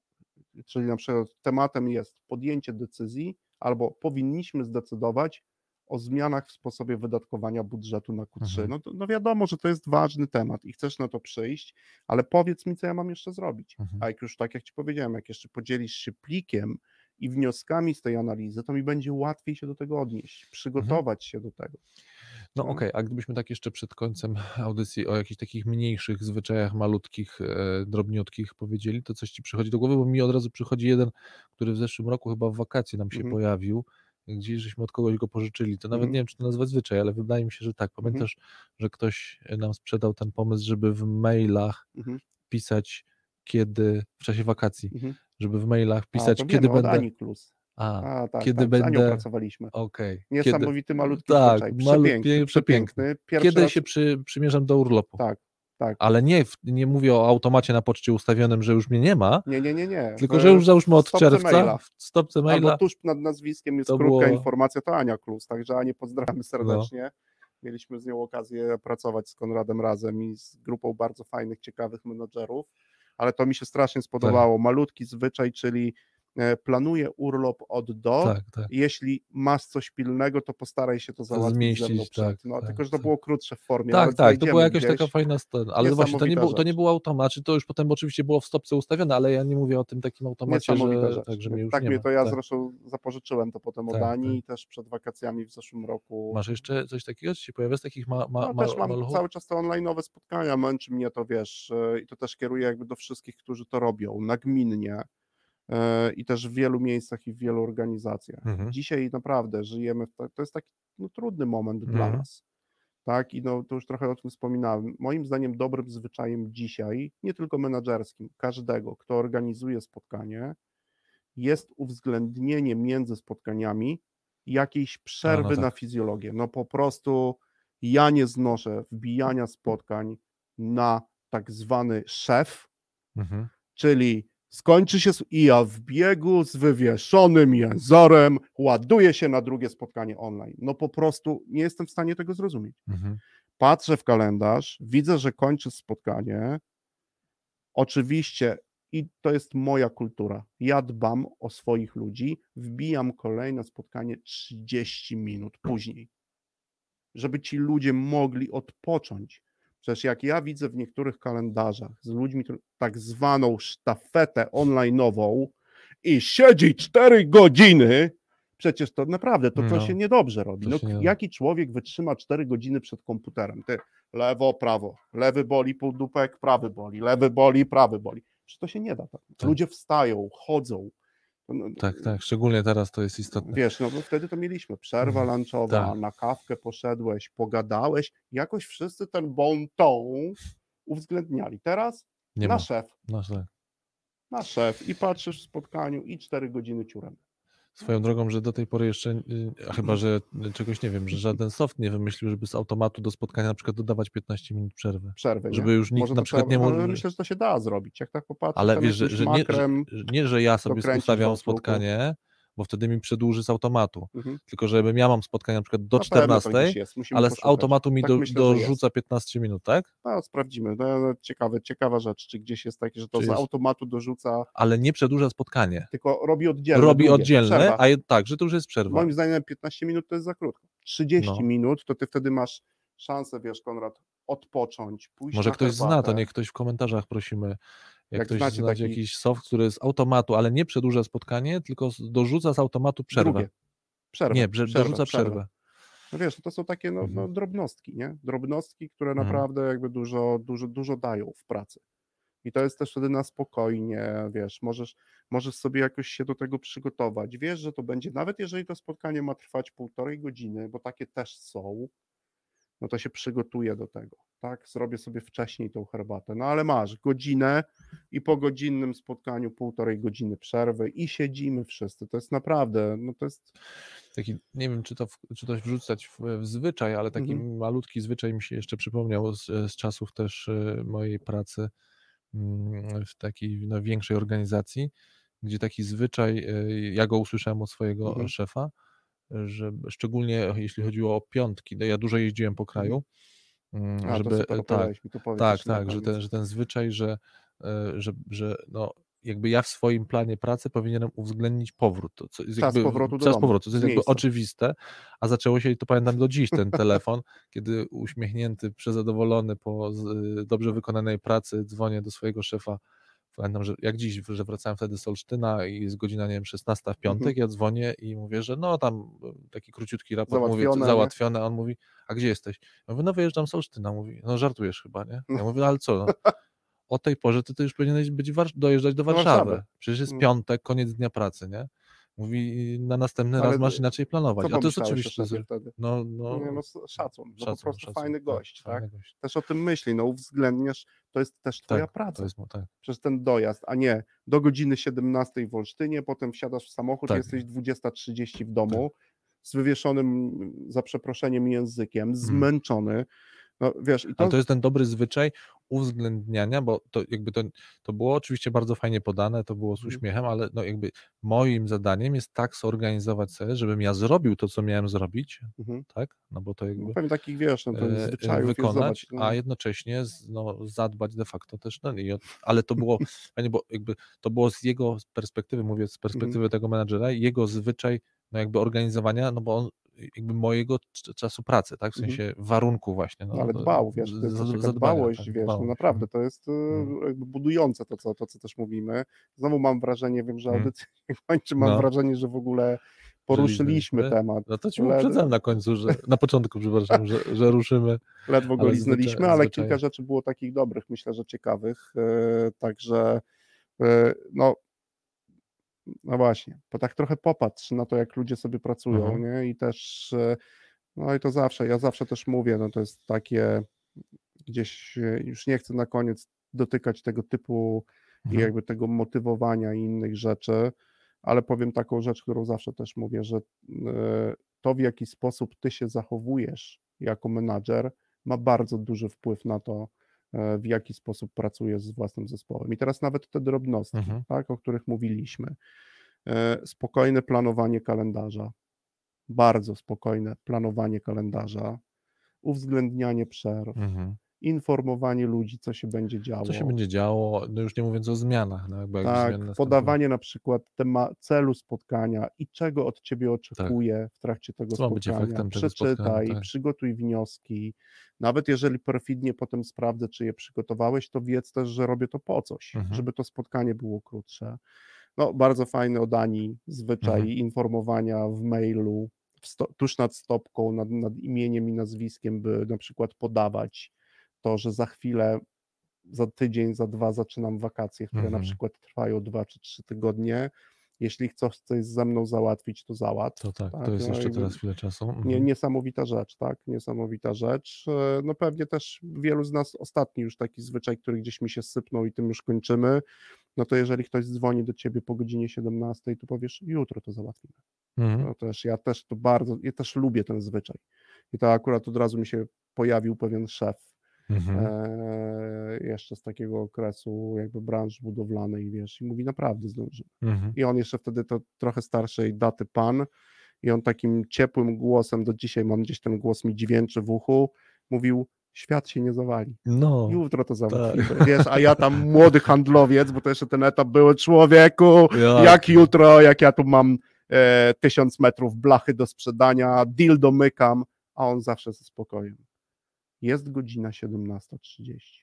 czyli na przykład tematem jest podjęcie decyzji albo powinniśmy zdecydować o zmianach w sposobie wydatkowania budżetu na Q trzy. Mhm. No, to, no wiadomo, że to jest ważny temat i chcesz na to przyjść, ale powiedz mi, co ja mam jeszcze zrobić. Mhm. A jak już tak jak Ci powiedziałem, jak jeszcze podzielisz się plikiem i wnioskami z tej analizy, to mi będzie łatwiej się do tego odnieść, przygotować się do tego. No No. okej, a gdybyśmy tak jeszcze przed końcem audycji o jakichś takich mniejszych zwyczajach, malutkich, e, drobniutkich powiedzieli, to coś Ci przychodzi do głowy? Bo mi od razu przychodzi jeden, który w zeszłym roku chyba w wakacje nam się Mhm. pojawił, gdzieś żeśmy od kogoś go pożyczyli. To nawet Mhm. nie wiem, czy to nazwać zwyczaj, ale wydaje mi się, że tak. Pamiętasz, że ktoś nam sprzedał ten pomysł, żeby w mailach Mhm. pisać, kiedy w czasie wakacji, Mhm. żeby w mailach A, pisać, to kiedy wiemy, od będę... Ani Klus. A, A, tak, kiedy tak, z Anią będę... pracowaliśmy. Okej. Kiedy... Niesamowity, malutki Tak, zwyczaj. malu... Przepiękny, pie- przepiękny. Pierwszy Kiedy raz... się przy, przymierzam do urlopu. Tak, tak. Ale nie, w- nie mówię o automacie na poczcie ustawionym, że już mnie nie ma, Nie, nie, nie, nie. tylko W- że już załóżmy w od stopce czerwca maila. w stopce Albo maila. tuż nad nazwiskiem jest To krótka było- informacja, to Ania Klus, także Anię pozdrawiamy No. serdecznie. Mieliśmy z nią okazję pracować z Konradem razem i z grupą bardzo fajnych, ciekawych menadżerów, ale to mi się strasznie spodobało. Malutki zwyczaj, czyli e, planuję urlop od do. Tak, tak. Jeśli masz coś pilnego, to postaraj się to załatwić ze mną zmieścić, przed. tak, No, tak, tylko, że to tak. było krótsze w formie, ale Tak, tak, to znajdziemy była jakaś gdzieś. taka fajna scena, ale właśnie to nie, Niesamowita był, to nie rzecz. był automat, czy to już potem oczywiście było w stopce ustawione, ale ja nie mówię o tym takim automacie, Niesamowita że, rzecz. tak, że mnie już tak nie mnie ma. to ja tak. zresztą zapożyczyłem to potem od Tak, Ani tak. i też przed wakacjami w zeszłym roku. Masz jeszcze coś takiego, czy się pojawia z takich ma, ma, No, ma, też mam maluchów? cały czas te online'owe spotkania, męczy mnie to, wiesz, e, i to też kieruję jakby do wszystkich, którzy to robią, nagminnie e, i też w wielu miejscach i w wielu organizacjach. Mhm. Dzisiaj naprawdę żyjemy, w ta, to jest taki no, trudny moment dla Mhm. nas, tak, i no, to już trochę o tym wspominałem. Moim zdaniem dobrym zwyczajem dzisiaj, nie tylko menadżerskim, każdego, kto organizuje spotkanie, jest uwzględnienie między spotkaniami jakiejś przerwy tak. na fizjologię. No po prostu ja nie znoszę wbijania spotkań na tak zwany szef, Mhm. czyli skończy się s- i ja w biegu z wywieszonym jęzorem ładuję się na drugie spotkanie online. No po prostu nie jestem w stanie tego zrozumieć. Mhm. Patrzę w kalendarz, widzę, że kończę spotkanie. Oczywiście, i to jest moja kultura. Ja dbam o swoich ludzi, wbijam kolejne spotkanie trzydzieści minut później, żeby ci ludzie mogli odpocząć. Przecież jak ja widzę w niektórych kalendarzach z ludźmi którzy- tak zwaną sztafetę online'ową i siedzi cztery godziny, przecież to naprawdę, to, to No, się niedobrze robi. to No, się nie- jaki człowiek wytrzyma cztery godziny przed komputerem? Ty, lewo, prawo, lewy boli półdupek, prawy boli, lewy boli, prawy boli. Przecież to się nie da tak. Tak. Ludzie wstają, chodzą. No, Tak, tak, szczególnie teraz to jest istotne. Wiesz, no bo wtedy to mieliśmy przerwa Mhm, lunchowa, tak. na kawkę poszedłeś, pogadałeś, jakoś wszyscy ten bon ton uwzględniali. Teraz Nie na ma. szef, No, tak. na szef i patrzysz w spotkaniu i cztery godziny ciurem. Swoją drogą, że do tej pory jeszcze, y, a chyba, że czegoś nie wiem, że żaden soft nie wymyślił, żeby z automatu do spotkania na przykład dodawać piętnaście minut przerwy. Przerwy, Żeby nie? już nikt Może na to przykład trzeba, nie no, mógł... myślę, że to się da zrobić. Jak tak popatrzysz, Ale tam wiesz, że, jakimś że, nie, że, makrem, że nie, że ja sobie dokręcisz ustawiam w Outlooku. spotkanie, bo wtedy mi przedłuży z automatu. Mhm. Tylko żebym ja mam spotkanie na przykład do Na pewno to czternastej, gdzieś jest, musimy ale z poszukać. automatu mi Tak do, myślę, że jest. dorzuca piętnaście minut, tak? No, sprawdzimy. No, ciekawe, ciekawa rzecz, czy gdzieś jest takie, że to Czy z jest- automatu dorzuca, Ale nie przedłuża spotkanie. tylko robi oddzielne. Robi długie. oddzielne, Przerwa. a je, tak, że to już jest przerwa. Moim zdaniem piętnaście minut to jest za krótko. trzydzieści No. minut to ty wtedy masz szansę, wiesz, Konrad, odpocząć, pójść Może na ktoś zna, to herbatę. niech ktoś w komentarzach prosimy. Jak, Jak ktoś znacie zna taki- jakiś soft, który z automatu, ale nie przedłuża spotkanie, tylko z- dorzuca z automatu przerwę. Drugie. Przerwę. Nie, że przerwę, dorzuca przerwę. No wiesz, to są takie no, no, Mhm. drobnostki, nie? Drobnostki, które Mhm. naprawdę jakby dużo, dużo, dużo dają w pracy. I to jest też wtedy na spokojnie, wiesz, możesz, możesz sobie jakoś się do tego przygotować. Wiesz, że to będzie, nawet jeżeli to spotkanie ma trwać półtorej godziny, bo takie też są, no to się przygotuję do tego, tak? Zrobię sobie wcześniej tą herbatę, no ale masz godzinę i po godzinnym spotkaniu półtorej godziny przerwy i siedzimy wszyscy. To jest naprawdę, no to jest... Taki, nie wiem, czy to, w, czy to wrzucać w, w zwyczaj, ale taki Mhm. malutki zwyczaj mi się jeszcze przypomniał z, z czasów też y, mojej pracy mm, w takiej no, większej organizacji, gdzie taki zwyczaj, y, ja go usłyszałem od swojego Mhm. szefa, że szczególnie jeśli chodziło o piątki, no ja dużo jeździłem po kraju, mm, A, to żeby super, tak, opowiadałeś mi, to powiedz tak, jeszcze na tak, że ten, koniec. że ten zwyczaj, że, e, że, że no, jakby ja w swoim planie pracy powinienem uwzględnić powrót. To, co jest Czas jakby, powrotu do czas domu, powrotu, to z jest jakby miejsca. oczywiste, a zaczęło się, i to pamiętam do dziś, ten telefon, kiedy uśmiechnięty, przezadowolony po z, dobrze wykonanej pracy dzwonię do swojego szefa. Pamiętam, że jak dziś, że wracałem wtedy z Olsztyna i jest godzina, nie wiem, szesnasta w piątek, Mhm. ja dzwonię i mówię, że no tam taki króciutki raport, mówię, co, Załatwione, nie? załatwione, a on mówi, a gdzie jesteś? Ja mówię, no wyjeżdżam z Olsztyna, mówi, no żartujesz chyba, nie? Ja mówię, no ale co, no, o tej porze ty, ty już powinieneś być war- dojeżdżać do Do Warszawy, Warszawy. przecież jest No. piątek, koniec dnia pracy, nie? Mówi, na następny Ale raz masz inaczej planować, co a to jest pomyślałeś o oczywiście, szefie że- wtedy? no, Nie, no, no s- szacun, no po szacun, prostu szacun, fajny tak, gość, tak? fajny gość. Też o tym myśli, no uwzględniasz, to jest też twoja Tak, praca, to jest, mo- tak, przez ten dojazd, a nie do godziny siedemnastej w Olsztynie, potem wsiadasz w samochód, Tak. jesteś dwudziesta trzydzieści w domu, z wywieszonym, za przeproszeniem, językiem, zmęczony, no wiesz, i to, Ale to jest ten dobry zwyczaj uwzględniania, bo to jakby to, to było oczywiście bardzo fajnie podane, to było z Mhm. uśmiechem, ale no jakby moim zadaniem jest tak zorganizować sobie, żebym ja zrobił to, co miałem zrobić, mhm. tak? No bo to No, jakby pewnie takich, wiesz, no, to e, e, zwyczajów jest, wykonać, zobacz, no. a jednocześnie z, no, zadbać de facto też, no, i od, ale to było, fajnie, bo jakby to było z jego perspektywy, mówię z perspektywy Mhm. tego menadżera, jego zwyczaj, no jakby organizowania, no bo on jakby mojego cz- czasu pracy, tak, w Mhm. sensie warunku właśnie, no, No, ale do- dbał, wiesz, to jest z- też taka zadbania, dbałość, tak, wiesz, no dbałość. naprawdę, to jest e, Mhm. jakby budujące to co, to, co też mówimy. Znowu mam wrażenie, wiem, że Mhm. audycja nie kończy, mam No. wrażenie, że w ogóle poruszyliśmy Liznęliśmy. temat. No to ci Le- uprzedzałem na końcu, że na początku, przepraszam, że, że ruszymy. Ledwo go ale liznęliśmy, zwyczaj- ale zwyczaje. kilka rzeczy było takich dobrych, myślę, że ciekawych, e, także e, no, no właśnie, bo tak trochę popatrz na to, jak ludzie sobie pracują, Mhm. nie, i też, e, no i to zawsze, ja zawsze też mówię, no to jest takie, gdzieś e, już nie chcę na koniec dotykać tego typu i Mhm. jakby tego motywowania i innych rzeczy, ale powiem taką rzecz, którą zawsze też mówię, że e, to, w jaki sposób ty się zachowujesz jako menadżer, ma bardzo duży wpływ na to, e, w jaki sposób pracujesz z własnym zespołem. I teraz nawet te drobnostki, Mhm. tak, o których mówiliśmy. E, Spokojne planowanie kalendarza, bardzo spokojne planowanie kalendarza, uwzględnianie przerw, Mhm. informowanie ludzi, co się będzie działo. Co się będzie działo, no już nie mówiąc o zmianach, no jakby jak Tak, zmiany następują. podawanie na przykład tema, celu spotkania i czego od ciebie oczekuje w trakcie tego Co ma być spotkania. efektem tego spotkania, Przeczytaj, tak. przygotuj wnioski. Nawet jeżeli perfidnie potem sprawdzę, czy je przygotowałeś, to wiedz też, że robię to po coś, Mhm. żeby to spotkanie było krótsze. No, bardzo fajny od Ani zwyczaj Mhm. informowania w mailu, w sto, tuż nad stopką, nad, nad imieniem i nazwiskiem, by na przykład podawać to, że za chwilę, za tydzień, za dwa zaczynam wakacje, które na Mhm. przykład trwają dwa czy trzy tygodnie. Jeśli chcesz coś ze mną załatwić, to załatw. To tak, tak? to jest No jeszcze jakby teraz chwilę czasu. nie, Mhm. niesamowita rzecz, tak? Niesamowita rzecz. E, No pewnie też wielu z nas, ostatni już taki zwyczaj, który gdzieś mi się sypnął i tym już kończymy, no to jeżeli ktoś dzwoni do ciebie po godzinie siedemnastej, to powiesz, jutro to załatwimy. Mhm. No też, ja też to bardzo, ja też lubię ten zwyczaj. I to akurat od razu mi się pojawił pewien szef, Mhm. e, jeszcze z takiego okresu jakby branży budowlanej, wiesz, i mówi, naprawdę zdążymy. Mhm. I on jeszcze wtedy to trochę starszej daty pan, i on takim ciepłym głosem, do dzisiaj mam gdzieś ten głos mi dźwięczy w uchu, mówił, świat się nie zawali. No, Jutro to tak. załatwimy, wiesz, a ja tam młody handlowiec, bo to jeszcze ten etap był, człowieku, Jak? jak jutro, jak ja tu mam e, tysiąc metrów blachy do sprzedania, deal domykam, a on zawsze ze spokojem. Jest godzina siedemnasta trzydzieści.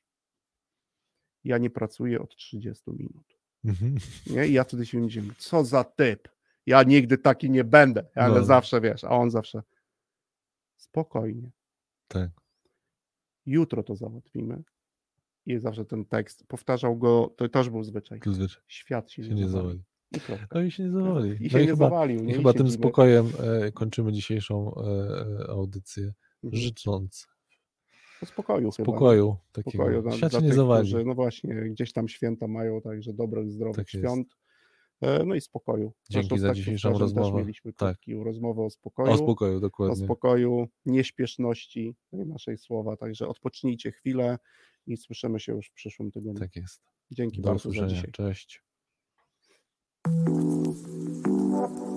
Ja nie pracuję od trzydziestu minut. Mhm. Nie? I ja wtedy się myślę, co za typ, ja nigdy taki nie będę, ale No. zawsze, wiesz, a on zawsze spokojnie, Tak. jutro to załatwimy. I zawsze ten tekst, powtarzał go, to też był zwyczaj, To zwyczaj. świat się, Się nie nie zawali. zawali. I kropka. No i się nie zawali. I No się i nie chyba, zawalił, i nie? I chyba tym siedzimy. spokojem e, kończymy dzisiejszą e, e, audycję, Mhm. życząc Po spokoju chyba, nie? spokoju takiego. Spokoju dla, Świat dla się nie tych, zawali. którzy, no właśnie, gdzieś tam święta mają, także dobrych, zdrowych Tak jest. świąt. E, No i spokoju. Dzięki Zresztą z za taksówkarzem dzisiejszą też rozmowę. mieliśmy Tak. krótką rozmowę o spokoju. O spokoju, o dokładnie. spokoju, nieśpieszności tej naszej słowa. Także odpocznijcie chwilę i słyszymy się już w przyszłym tygodniu. Tak jest. Dzięki Do bardzo za usłyszenia. dzisiaj. Cześć.